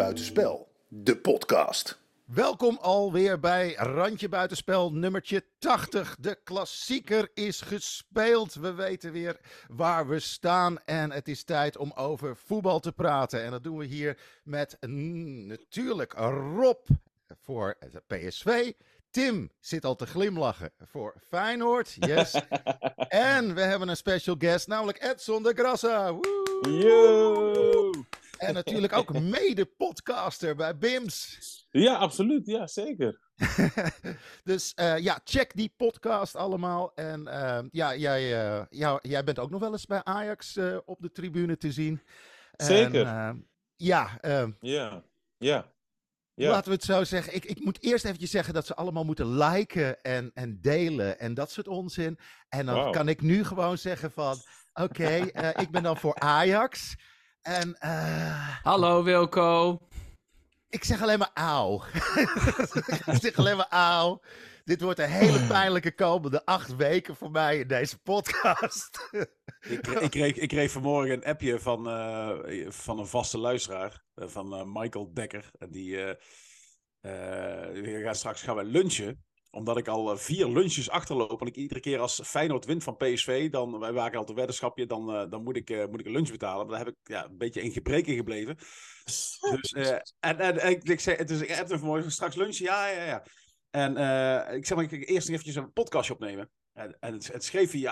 Buitenspel, de podcast. Welkom alweer bij Randje Buitenspel nummertje 80. De klassieker is gespeeld. We weten weer waar we staan en het is tijd om over voetbal te praten. En dat doen we hier met natuurlijk Rob voor PSV. Tim zit al te glimlachen voor Feyenoord. Yes. En we hebben een special guest, namelijk Edson de Grassa. Woe! Yo! En natuurlijk ook mede-podcaster bij BIMS. Ja, absoluut. Ja, zeker. Dus check die podcast allemaal. En jij bent ook nog wel eens bij Ajax op de tribune te zien. Zeker. En, Ja. laten we het zo zeggen. Ik moet eerst eventjes zeggen dat ze allemaal moeten liken en delen en dat soort onzin. En dan kan ik nu gewoon zeggen van, oké, ik ben dan voor Ajax. En, Hallo Wilco. ik zeg alleen maar auw. Ik zeg alleen maar auw. Dit wordt een hele pijnlijke komende 8 weken voor mij in deze podcast. Ik kreeg vanmorgen een appje van een vaste luisteraar, van Michael Dekker. En gaan we lunchen. Omdat ik al 4 lunches achterloop. En ik iedere keer als Feyenoord wint van PSV, wij maken altijd een weddenschapje, dan moet ik een lunch betalen. Maar daar heb ik een beetje in gebreken gebleven. Dus, ik zei, dus ik heb vanmorgen straks lunchen. Ja. En ik zeg maar, ik eerst eventjes een podcastje opnemen. En het schreef hij,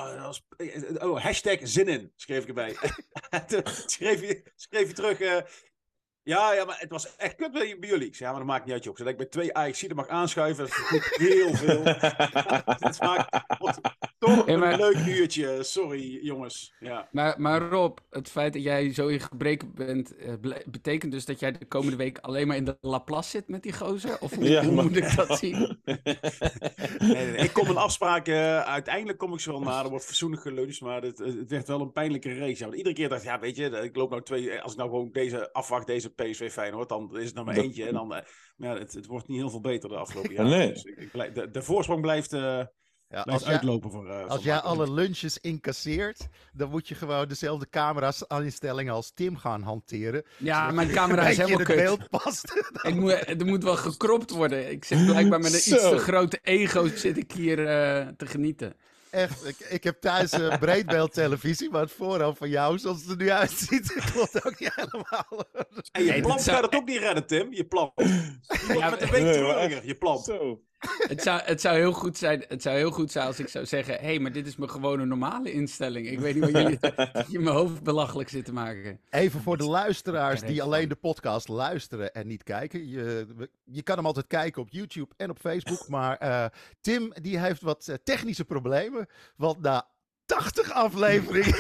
hashtag zin in, schreef ik erbij. En toen schreef hij terug, ja, maar het was echt kut bij jullie. Ik zei, maar dat maakt niet uit, joh. Zodat ik bij 2 Ajaxiden mag aanschuiven, dat is heel veel. Het maakt toch een leuk uurtje. Sorry, jongens. Ja. Maar Rob, het feit dat jij zo in gebreken bent, betekent dus dat jij de komende week alleen maar in de Laplace zit met die gozer? Of hoe moet ik dat zien? Nee. Ik kom een afspraak, uiteindelijk kom ik zo wel na, er wordt fatsoenlijk geluncht, maar het werd wel een pijnlijke race. Ja, want iedere keer dacht ik, weet je, ik loop nou als ik nou gewoon deze afwacht, deze PSV Feyenoord, dan is het nou maar eentje. En dan, het wordt niet heel veel beter de afgelopen jaren. Nee. Dus de voorsprong blijft uitlopen voor als jij alle lunches incasseert, dan moet je gewoon dezelfde camera-instellingen als Tim gaan hanteren. Ja, mijn camera is helemaal kut. Beeld past. Er moet wel gekropt worden. Ik zit blijkbaar met een iets te grote ego zit ik hier te genieten. Echt, ik heb thuis een breedbeeldtelevisie, maar het voorhoofd van jou, zoals het er nu uitziet, klopt ook niet helemaal. En je plan gaat het ook niet redden, Tim. Je plan. Je met een week treuriger, je plan. Zo. Het zou heel goed zijn als ik zou zeggen, hé, maar dit is mijn gewone normale instelling. Ik weet niet wat jullie je mijn hoofd belachelijk zitten maken. Even voor de luisteraars die alleen de podcast luisteren en niet kijken. Je kan hem altijd kijken op YouTube en op Facebook. Maar Tim die heeft wat technische problemen. Want na 80 afleveringen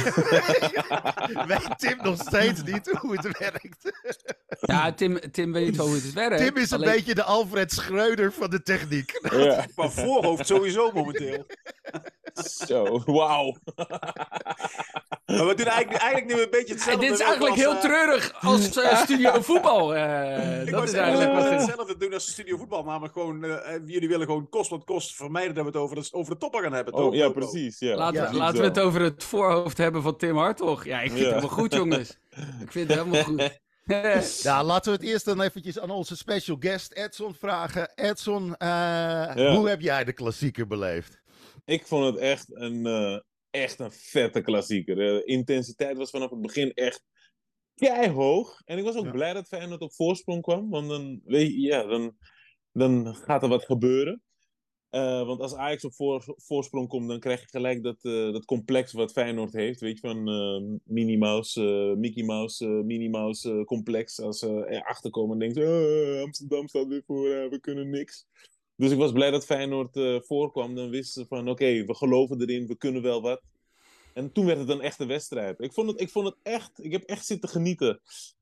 weet Tim nog steeds niet hoe het werkt. Ja, Tim weet wel hoe het werkt. Tim is een beetje de Alfred Schreuder van de techniek. Ja. Maar voorhoofd sowieso momenteel. Zo, wauw. Maar we doen eigenlijk nu een beetje hetzelfde. Dit is eigenlijk heel treurig als Studio Voetbal. Dat is eigenlijk wat het is. Hetzelfde doen als Studio Voetbal. Namelijk gewoon, jullie willen gewoon kost wat kost vermijden dat we het over de toppen gaan hebben. Toch? Ja, precies. Ja. Laten we het over het voorhoofd hebben van Tim Hartog. Ja, ik vind het helemaal goed, jongens. Ik vind het helemaal goed. Ja, laten we het eerst dan eventjes aan onze special guest Edson vragen. Edson, hoe heb jij de klassieker beleefd? Ik vond het echt een vette klassieker. De intensiteit was vanaf het begin echt keihoog. En ik was ook blij dat Feyenoord op voorsprong kwam. Want dan gaat er wat gebeuren. Want als Ajax op voorsprong komt, dan krijg je gelijk dat complex wat Feyenoord heeft. Weet je, van Minnie Mouse, Mickey Mouse, Minnie Mouse complex. Als ze erachter komen en denken, Amsterdam staat weer voor, we kunnen niks. Dus ik was blij dat Feyenoord voorkwam. Dan wisten ze van, oké, we geloven erin, we kunnen wel wat. En toen werd het een echte wedstrijd. Ik vond het echt, ik heb echt zitten genieten.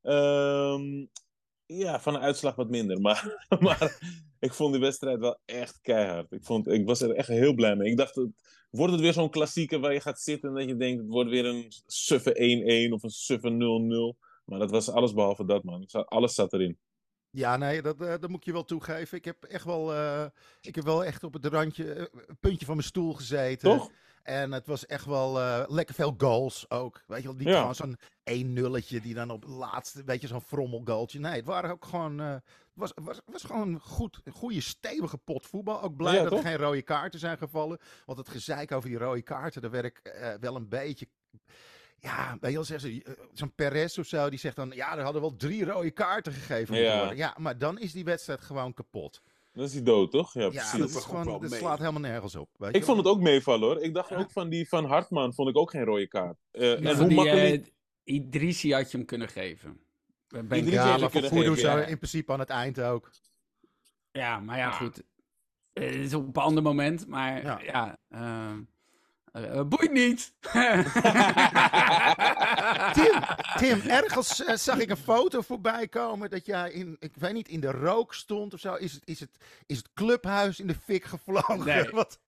Van de uitslag wat minder. Maar ik vond die wedstrijd wel echt keihard. Ik was er echt heel blij mee. Ik dacht, wordt het weer zo'n klassieker waar je gaat zitten en dat je denkt, het wordt weer een suffe 1-1 of een suffe 0-0. Maar dat was alles behalve dat, man. Alles zat erin. Ja, nee, dat moet ik je wel toegeven. Ik heb wel echt op het randje, een puntje van mijn stoel gezeten. Toch? En het was echt wel lekker veel goals ook. Weet je wel, niet gewoon zo'n 1-0'tje die dan op het laatste, weet je, zo'n frommelgoaltje. Nee, het waren ook gewoon... was gewoon een goede, stevige pot voetbal. Ook blij dat er geen rode kaarten zijn gevallen. Want het gezeik over die rode kaarten, daar werd ik wel een beetje... Ja, weet je wel, zeggen ze, zo'n Perez of zo, die zegt dan... Ja, er hadden wel 3 rode kaarten gegeven moeten worden. Ja, maar dan is die wedstrijd gewoon kapot. Dan is hij dood, toch? Ja, precies. Dat is gewoon, dat slaat helemaal nergens op. Weet ik vond het ook meevallen, hoor. Ik dacht ook van die van Hartman vond ik ook geen rode kaart. En hoe makkelijk... Idrissi had je hem kunnen geven. Maar voor Voodoo zou in principe aan het eind ook. Ja, maar ja, goed. Het is op een ander moment, maar boeit niet. Tim, ergens zag ik een foto voorbij komen dat jij ik weet niet, in de rook stond of zo. Is het clubhuis in de fik gevlogen? Nee.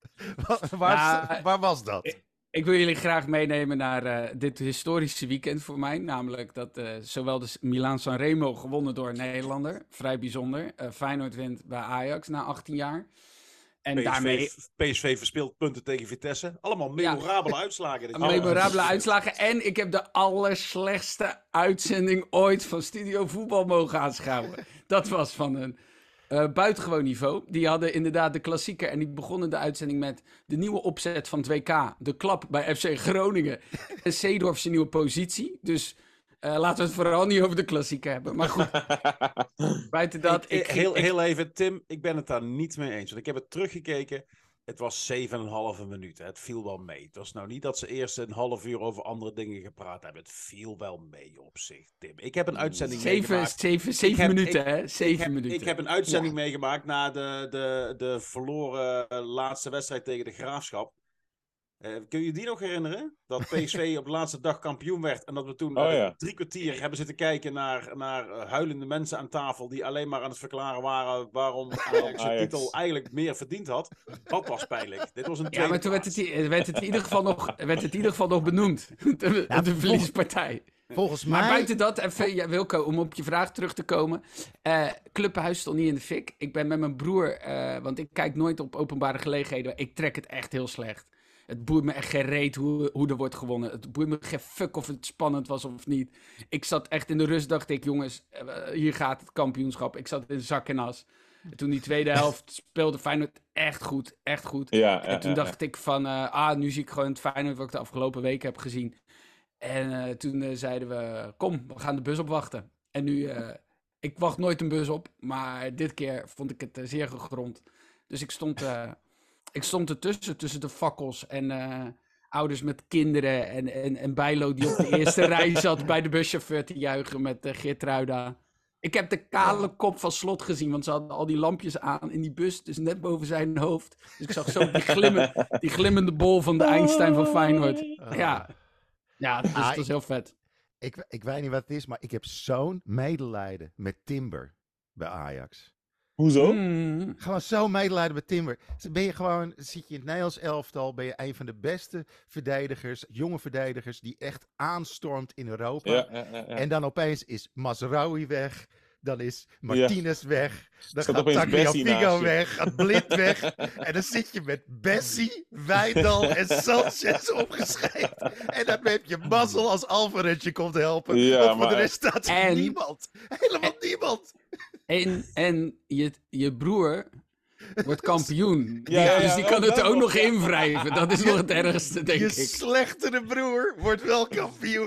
Waar was dat? Ik wil jullie graag meenemen naar dit historische weekend voor mij. Namelijk dat zowel de Milan-San Remo gewonnen door een Nederlander. Vrij bijzonder. Feyenoord wint bij Ajax na 18 jaar. En PSV verspeelt punten tegen Vitesse. Allemaal memorabele uitslagen. Memorabele uitslagen. En ik heb de allerslechtste uitzending ooit van Studio Voetbal mogen aanschouwen. Dat was van een buitengewoon niveau. Die hadden inderdaad de klassieker. En die begonnen de uitzending met de nieuwe opzet van het WK. De klap bij FC Groningen. En Seedorf's nieuwe positie. Dus... laten we het vooral niet over de klassieker hebben. Maar goed, buiten dat... Heel even, Tim, ik ben het daar niet mee eens. Want ik heb het teruggekeken. Het was 7,5 minuten. Het viel wel mee. Het was nou niet dat ze eerst een half uur over andere dingen gepraat hebben. Het viel wel mee op zich, Tim. Ik heb een uitzending meegemaakt. 7 minuten, hè? 7 minuten. Ik heb een uitzending meegemaakt na de verloren laatste wedstrijd tegen de Graafschap. Kun je die nog herinneren? Dat PSV op de laatste dag kampioen werd. En dat we toen 3 kwartier hebben zitten kijken naar huilende mensen aan tafel. Die alleen maar aan het verklaren waren waarom Ajax de titel eigenlijk meer verdiend had. Dat was pijnlijk. Dit was een tweede maar toen werd het in ieder geval nog benoemd. De verliespartij. Volgens mij... Maar buiten dat, even, Wilco, om op je vraag terug te komen. Clubhuis stond niet in de fik. Ik ben met mijn broer, want ik kijk nooit op openbare gelegenheden. Ik trek het echt heel slecht. Het boeit me echt geen reet hoe er wordt gewonnen. Het boeit me geen fuck of het spannend was of niet. Ik zat echt in de rust, dacht ik, jongens, hier gaat het kampioenschap. Ik zat in zak en as. En toen die tweede helft speelde Feyenoord echt goed, echt goed. En toen dacht ik van, nu zie ik gewoon het Feyenoord wat ik de afgelopen weken heb gezien. En toen zeiden we, kom, we gaan de bus opwachten. En nu, ik wacht nooit een bus op, maar dit keer vond ik het zeer gegrond. Dus ik stond ertussen, tussen de fakkels en ouders met kinderen en Bijlo die op de eerste rij zat bij de buschauffeur te juichen met Geertruida. Ik heb de kale kop van Slot gezien, want ze hadden al die lampjes aan in die bus, dus net boven zijn hoofd. Dus ik zag zo die glimmende bol van de Einstein van Feyenoord. Ja, dus het was heel vet. Ik weet niet wat het is, maar ik heb zo'n medelijden met Timber bij Ajax. Hoezo? Gewoon zo medelijden met Timber. Zit je in het Nederlands elftal, ben je een van de beste verdedigers, jonge verdedigers, die echt aanstormt in Europa. Ja. En dan opeens is Mazraoui weg, dan is Martinez weg, dan gaat Tagliafico weg, gaat Blind weg. En dan zit je met Bessie, Wijndal en Sanchez opgeschreven. En dan heb je mazzel als Alvarez je komt helpen. Want voor de rest staat er niemand. Helemaal niemand. En je broer wordt kampioen. Dus die kan het ook nog invrijven. Dat is nog het ergste, denk ik. Je slechtere broer wordt wel kampioen.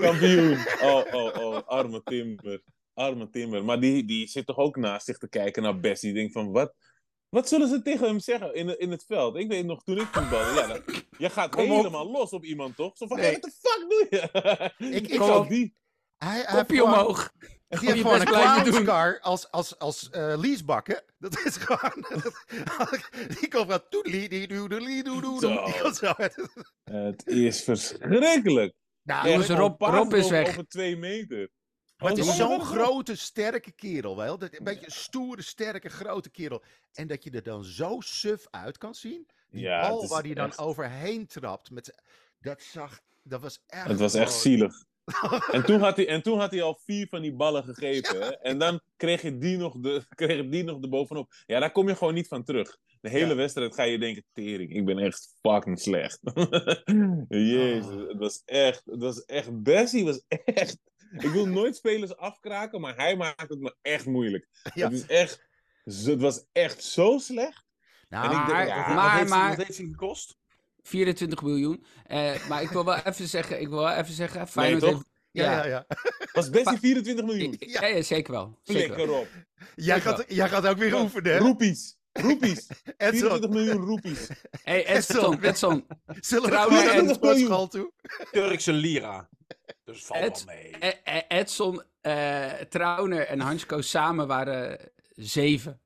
Oh, arme Timber. Maar die zit toch ook naast zich te kijken naar Bessie. Die denkt van, wat zullen ze tegen hem zeggen in het veld? Ik weet nog, toen ik voetbalde, jij gaat helemaal los op iemand, toch? Zo van, what the fuck doe je? Ik zou die... Kopje omhoog. Die heeft gewoon een clownscar als leasebakker. Dat is gewoon... Die komt van... Het is verschrikkelijk. Nou, Rob is weg. Over 2 meter. Maar het is zo'n grote, sterke kerel, wel. Een beetje een stoere, sterke, grote kerel. En dat je er dan zo suf uit kan zien. Die bal waar hij dan overheen trapt. Dat was echt... Het was echt zielig. En toen had hij al 4 van die ballen gegeven. Hè? En dan kreeg je die nog erbovenop. Ja, daar kom je gewoon niet van terug. De hele Ja. wedstrijd ga je denken, tering, ik ben echt fucking slecht. Jezus, het was echt, Bessie was echt... Ik wil nooit spelers afkraken, maar hij maakt het me echt moeilijk. Ja. Het was echt zo slecht. Nou, En ik denk, maar- Wat heeft hij gekost? 24 miljoen. Maar ik wil wel even zeggen, Feyenoord toch? heeft... ja. Was Bessie 24 miljoen? Ja, zeker wel. Zeker wel. Flikker op. Jij gaat ook weer oefenen, hè? Roepies. Edson, 24 miljoen roepies. Hey, Edson. Edson. zullen we Trouwens, gewoon naar de en- sportschool toe? Turkse lira. Dus valt Ed- wel mee. Edson, Trauner en Hansko samen waren 7.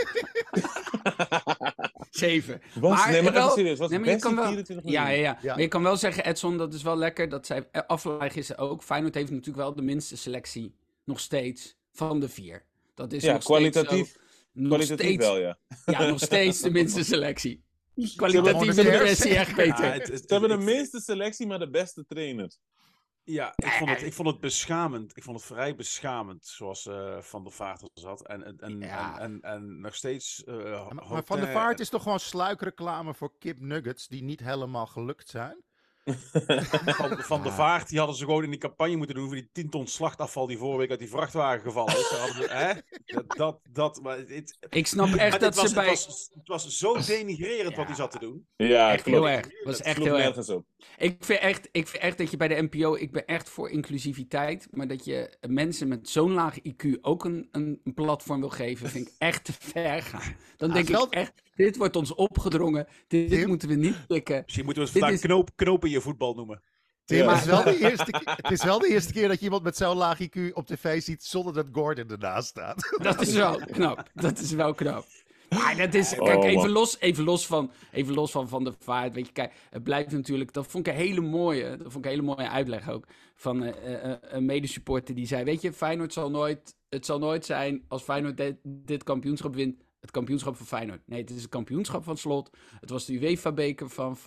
7. Was, nee, maar wel- even serieus. Was nee, maar je Bessie kan wel- 24 miljoen? Ja. Ja. Maar je kan wel zeggen, Edson, dat is wel lekker. Dat zij afvlaag is er ook. Feyenoord heeft natuurlijk wel de minste selectie. Nog steeds. Van de 4. Dat is Ja, nog steeds kwalitatief. zo. Nog Kwalitatief steeds, wel, ja. ja, nog steeds de minste selectie. Kwalitatief gewoon is de de derde. versie echt beter. Ze hebben de minste selectie, maar de beste trainer. Ja, ik vond het beschamend. Ik vond het vrij beschamend, zoals Van der Vaart er zat. En nog steeds... Maar Van der Vaart is toch gewoon sluikreclame voor kipnuggets die niet helemaal gelukt zijn? Van der Vaart, die hadden ze gewoon in die campagne moeten doen voor die 10 ton slachtafval die vorige week uit die vrachtwagen gevallen is. Ze hadden, maar Ik snap maar echt dat ze bij... het was zo denigrerend wat hij zat te doen. Ja, Echt klopt. heel erg. Was echt Sloeg heel erg. nergens op. Ik vind echt dat je bij de NPO... Ik ben echt voor inclusiviteit. Maar dat je mensen met zo'n laag IQ ook een platform wil geven... vind ik echt te ver gaan. Dan denk wel- ik echt... Dit wordt ons opgedrongen. Dit Tim? moeten we niet pikken. Misschien moeten we het Dit vandaag is- knopen in je voetbal noemen. Tim, Ja. het is wel de eerste keer dat je iemand met zo'n laag IQ op tv ziet zonder dat Gordon ernaast staat. Dat is wel knap. Dat is wel knap. Maar dat is, Oh, kijk, man. even los van de Vaart. Weet je, kijk, het blijft natuurlijk. Dat vond ik een hele mooie uitleg ook. Van een medesupporter die zei: weet je, Feyenoord het zal nooit zijn als Feyenoord dit kampioenschap wint. Het kampioenschap van Feyenoord. Nee, het is het kampioenschap van Slot. Het was de UEFA-beker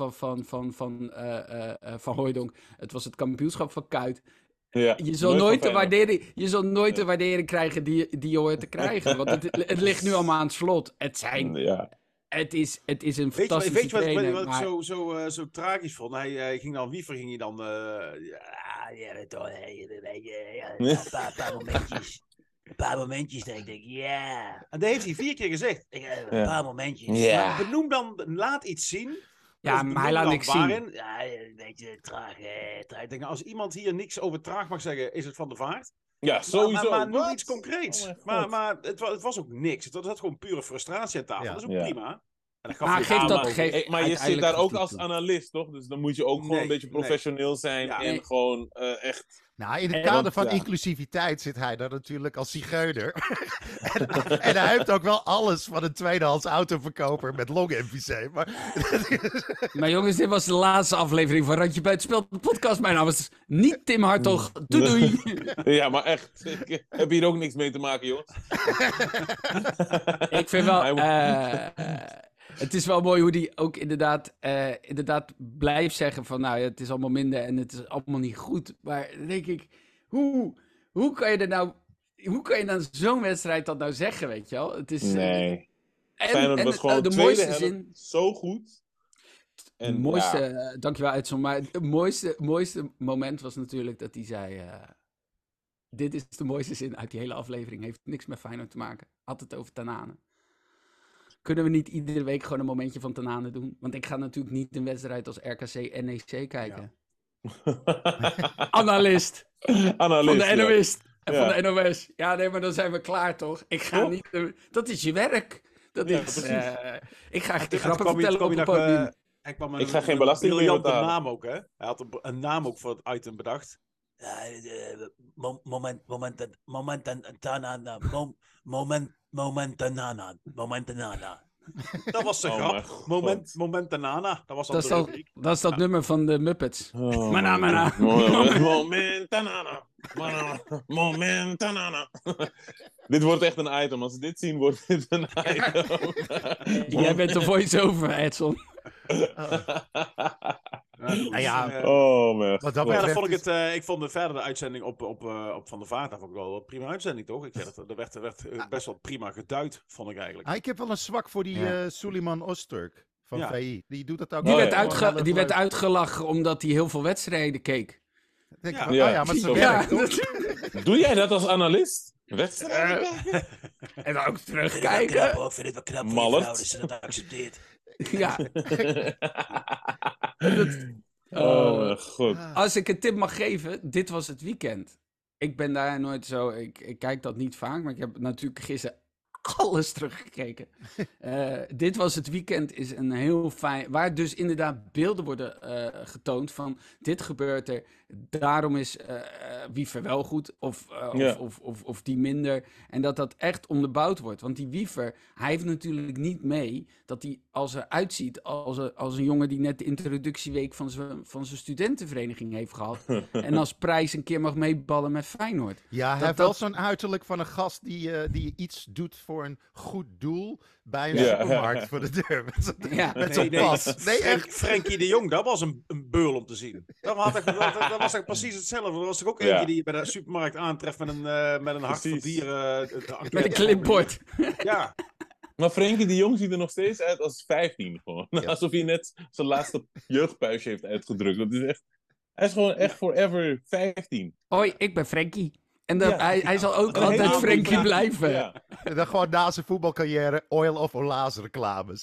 van Hooijdonk. Het was het kampioenschap van Kuyt. Ja, Je zal nooit van de waardering krijgen die je hoort te krijgen. Want het ligt nu allemaal aan het Slot. Het is een Weet je fantastische wat trainer. ik maar- zo tragisch vond? Hij ging dan, Wiever ging hij dan... Een paar momentjes dat ik denk, ja. En dat heeft hij 4 keer gezegd. Een paar momentjes. Ja. Maar benoem dan, laat iets zien. Ja, Of maar benoem hij laat dan niks zien. waarin. Ja, een beetje traag. Ik denk, als iemand hier niks over traag mag zeggen, is het Van der Vaart. Ja, sowieso. Maar noem Wat? iets concreets. Oh mijn God. maar het was ook niks. Het was gewoon pure frustratie aan tafel. Ja. Dat is ook Ja. prima. En dat gaf Maar hij geef aan, dat- maar- geef- Maar je zit uiteindelijk daar geeft ook hij als toe. analist, toch? Dus dan moet je ook gewoon een beetje professioneel zijn Ja. en Nee. gewoon echt... Nou, in het En- kader van ja. inclusiviteit zit hij daar natuurlijk als zigeuner. en hij heeft ook wel alles van een tweedehands autoverkoper met long-MVC. Maar Maar jongens, dit was de laatste aflevering van Randje Buitenspel, de podcast. Mijn naam is niet Tim Hartog. Doei. Ja, maar echt. Ik heb hier ook niks mee te maken, jongens. Ik vind wel... Hij het is wel mooi hoe die ook inderdaad blijft zeggen van... Nou, het is allemaal minder en het is allemaal niet goed. Maar dan denk ik, hoe kan je er nou... Hoe kan je dan zo'n wedstrijd dat nou zeggen, weet je wel? Het is... Nee. En, Feyenoord was gewoon de tweede mooiste helft zin... zo goed. En Het mooiste, ja, dankjewel Edson, maar het mooiste moment was natuurlijk dat hij zei... dit is de mooiste zin uit die hele aflevering. Heeft niks met Feyenoord te maken. Had het over Tanane. Kunnen we niet iedere week gewoon een momentje van Tanane doen? Want ik ga natuurlijk niet een wedstrijd als RKC NEC kijken. Analist analist. van de ja. NOS. En Ja. van de NOS. Ja, nee, maar dan zijn we klaar toch? Ik ga Toch? niet... dat is je werk. Dat Ja, is... precies. ik ga En toen grappen kwam vertellen op hij het nog, podium. hij kwam Ik ga geen belasting meer briljante betalen. naam ook, hè? Hij had een naam ook voor het item bedacht. Momentanana. Dat was de Oh grap. mijn God. Momentanana. Dat was dan Dat is de dat, rubriek. dat is dat nummer van de Muppets. Oh, Mana, my mana. God. Momentanana. Momentanana. Dit wordt echt een item. Als ze dit zien, wordt dit een item. Jij bent de voice-over, Edson. Nou ja, Oh man. wat dat Ja, dan betreft vond ik is- het. Ik vond verder de uitzending op Van der Vaart vond ik wel een prima uitzending, toch? Er werd best wel prima geduid, vond ik eigenlijk. ik heb wel een zwak voor die Suleiman Öztürk van Ja. VI. Die doet dat ook Die, Oh, werd, ja. die werd uitgelachen omdat hij heel veel wedstrijden keek. Denk Ja. van, Ja. maar het is een Ja, werk, toch? Doe jij dat als analist? Wedstrijden? en dan ook terugkijken. Ik vind het wel knap voor Mallert. die vrouw dat ze dat accepteert. Ja. Oh mijn god. Als ik een tip mag geven, dit was het weekend. Ik ben daar nooit zo... Ik kijk dat niet vaak, maar ik heb natuurlijk gisteren alles teruggekeken. Dit was het weekend, is een heel fijn... Waar dus inderdaad beelden worden getoond van... Dit gebeurt er, daarom is Wiever wel goed Ja. of die minder. En dat echt onderbouwd wordt. Want die Wiever, hij heeft natuurlijk niet mee... dat hij als eruit ziet als een jongen die net de introductieweek van zijn studentenvereniging heeft gehad. En als prijs een keer mag meeballen met Feyenoord. Ja, hij Dat- heeft wel dat- zo'n uiterlijk van een gast die iets doet voor een goed doel bij een Ja. supermarkt voor de deur. Met zo'n Ja. zo'n pas. Nee, echt. Frenkie de Jong, dat was een beul om te zien. Dat was echt precies hetzelfde. Dat was toch ook Ja. eentje die je bij de supermarkt aantreft met een hart voor Precies. dieren. Met een clipboard. Ja, Maar Frenkie de Jong ziet er nog steeds uit als 15 gewoon. Ja. Alsof hij net zijn laatste jeugdpuisje heeft uitgedrukt. Dat is echt... Hij is gewoon echt forever 15. Hoi, ik ben Frenkie. En Ja. hij zal ook En altijd helemaal Frenkie niet- blijven. Ja. En dan gewoon na zijn voetbalcarrière Oil of Ola's reclames.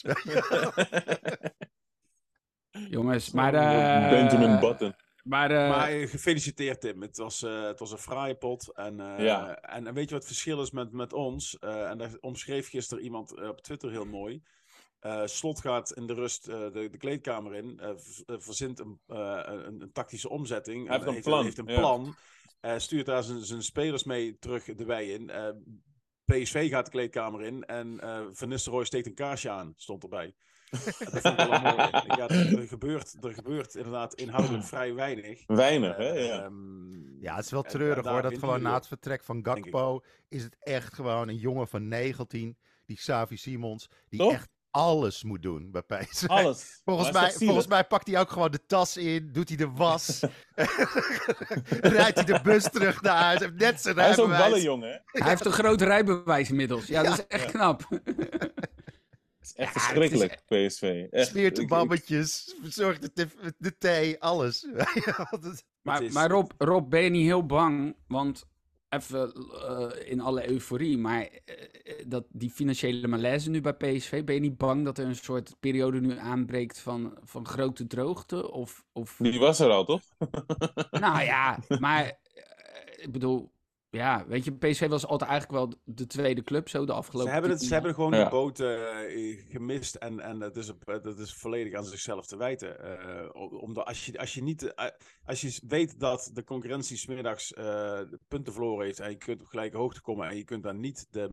Jongens, maar... Benjamin Button. Maar, maar gefeliciteerd Tim. Het was een fraaie pot. Ja. En weet je wat het verschil is met ons? En daar omschreef gisteren iemand op Twitter heel mooi. Slot gaat in de rust de kleedkamer in. Verzint een tactische omzetting. Hij heeft een plan, Heeft een ja. plan. Stuurt daar zijn spelers mee terug de wei in. PSV gaat de kleedkamer in. En Van Nistelrooy steekt een kaarsje aan. Stond erbij. Dat vond ik wel een mooie. Ja, er gebeurt inderdaad inhoudelijk vrij weinig. Weinig, hè? Ja. Ja, het is wel En treurig daar hoor. Dat wint gewoon hij na weer, het vertrek van denk ik. Gakpo is het echt gewoon een jongen van 19, die Xavi Simons, die Toch? echt alles moet doen bij PSV. Alles. Volgens Maar het is toch volgens zielig? mij pakt hij ook gewoon de tas in, doet hij de was, rijdt hij de bus terug naar huis, heeft net zijn Hij is ook rijbewijs. ballenjong, hè? hij heeft een groot rijbewijs inmiddels. Ja, dat is echt knap. Het is echt Ja, verschrikkelijk, PSV. Echt. Smeert de Ik- bammetjes, verzorgt de thee, alles. Ja, dat- Maar Rob, ben je niet heel bang? Want even in alle euforie, maar die financiële malaise nu bij PSV, ben je niet bang dat er een soort periode nu aanbreekt van grote droogte? Of... Die was er al, toch? Nou ja, maar ik bedoel, ja, weet je, PSV was altijd eigenlijk wel de tweede club zo de afgelopen Ze hebben gewoon Ja. de boot gemist en dat is volledig aan zichzelf te wijten. Omdat als je weet dat de concurrentie 's middags de punten verloren heeft en je kunt op gelijke hoogte komen en je kunt daar niet de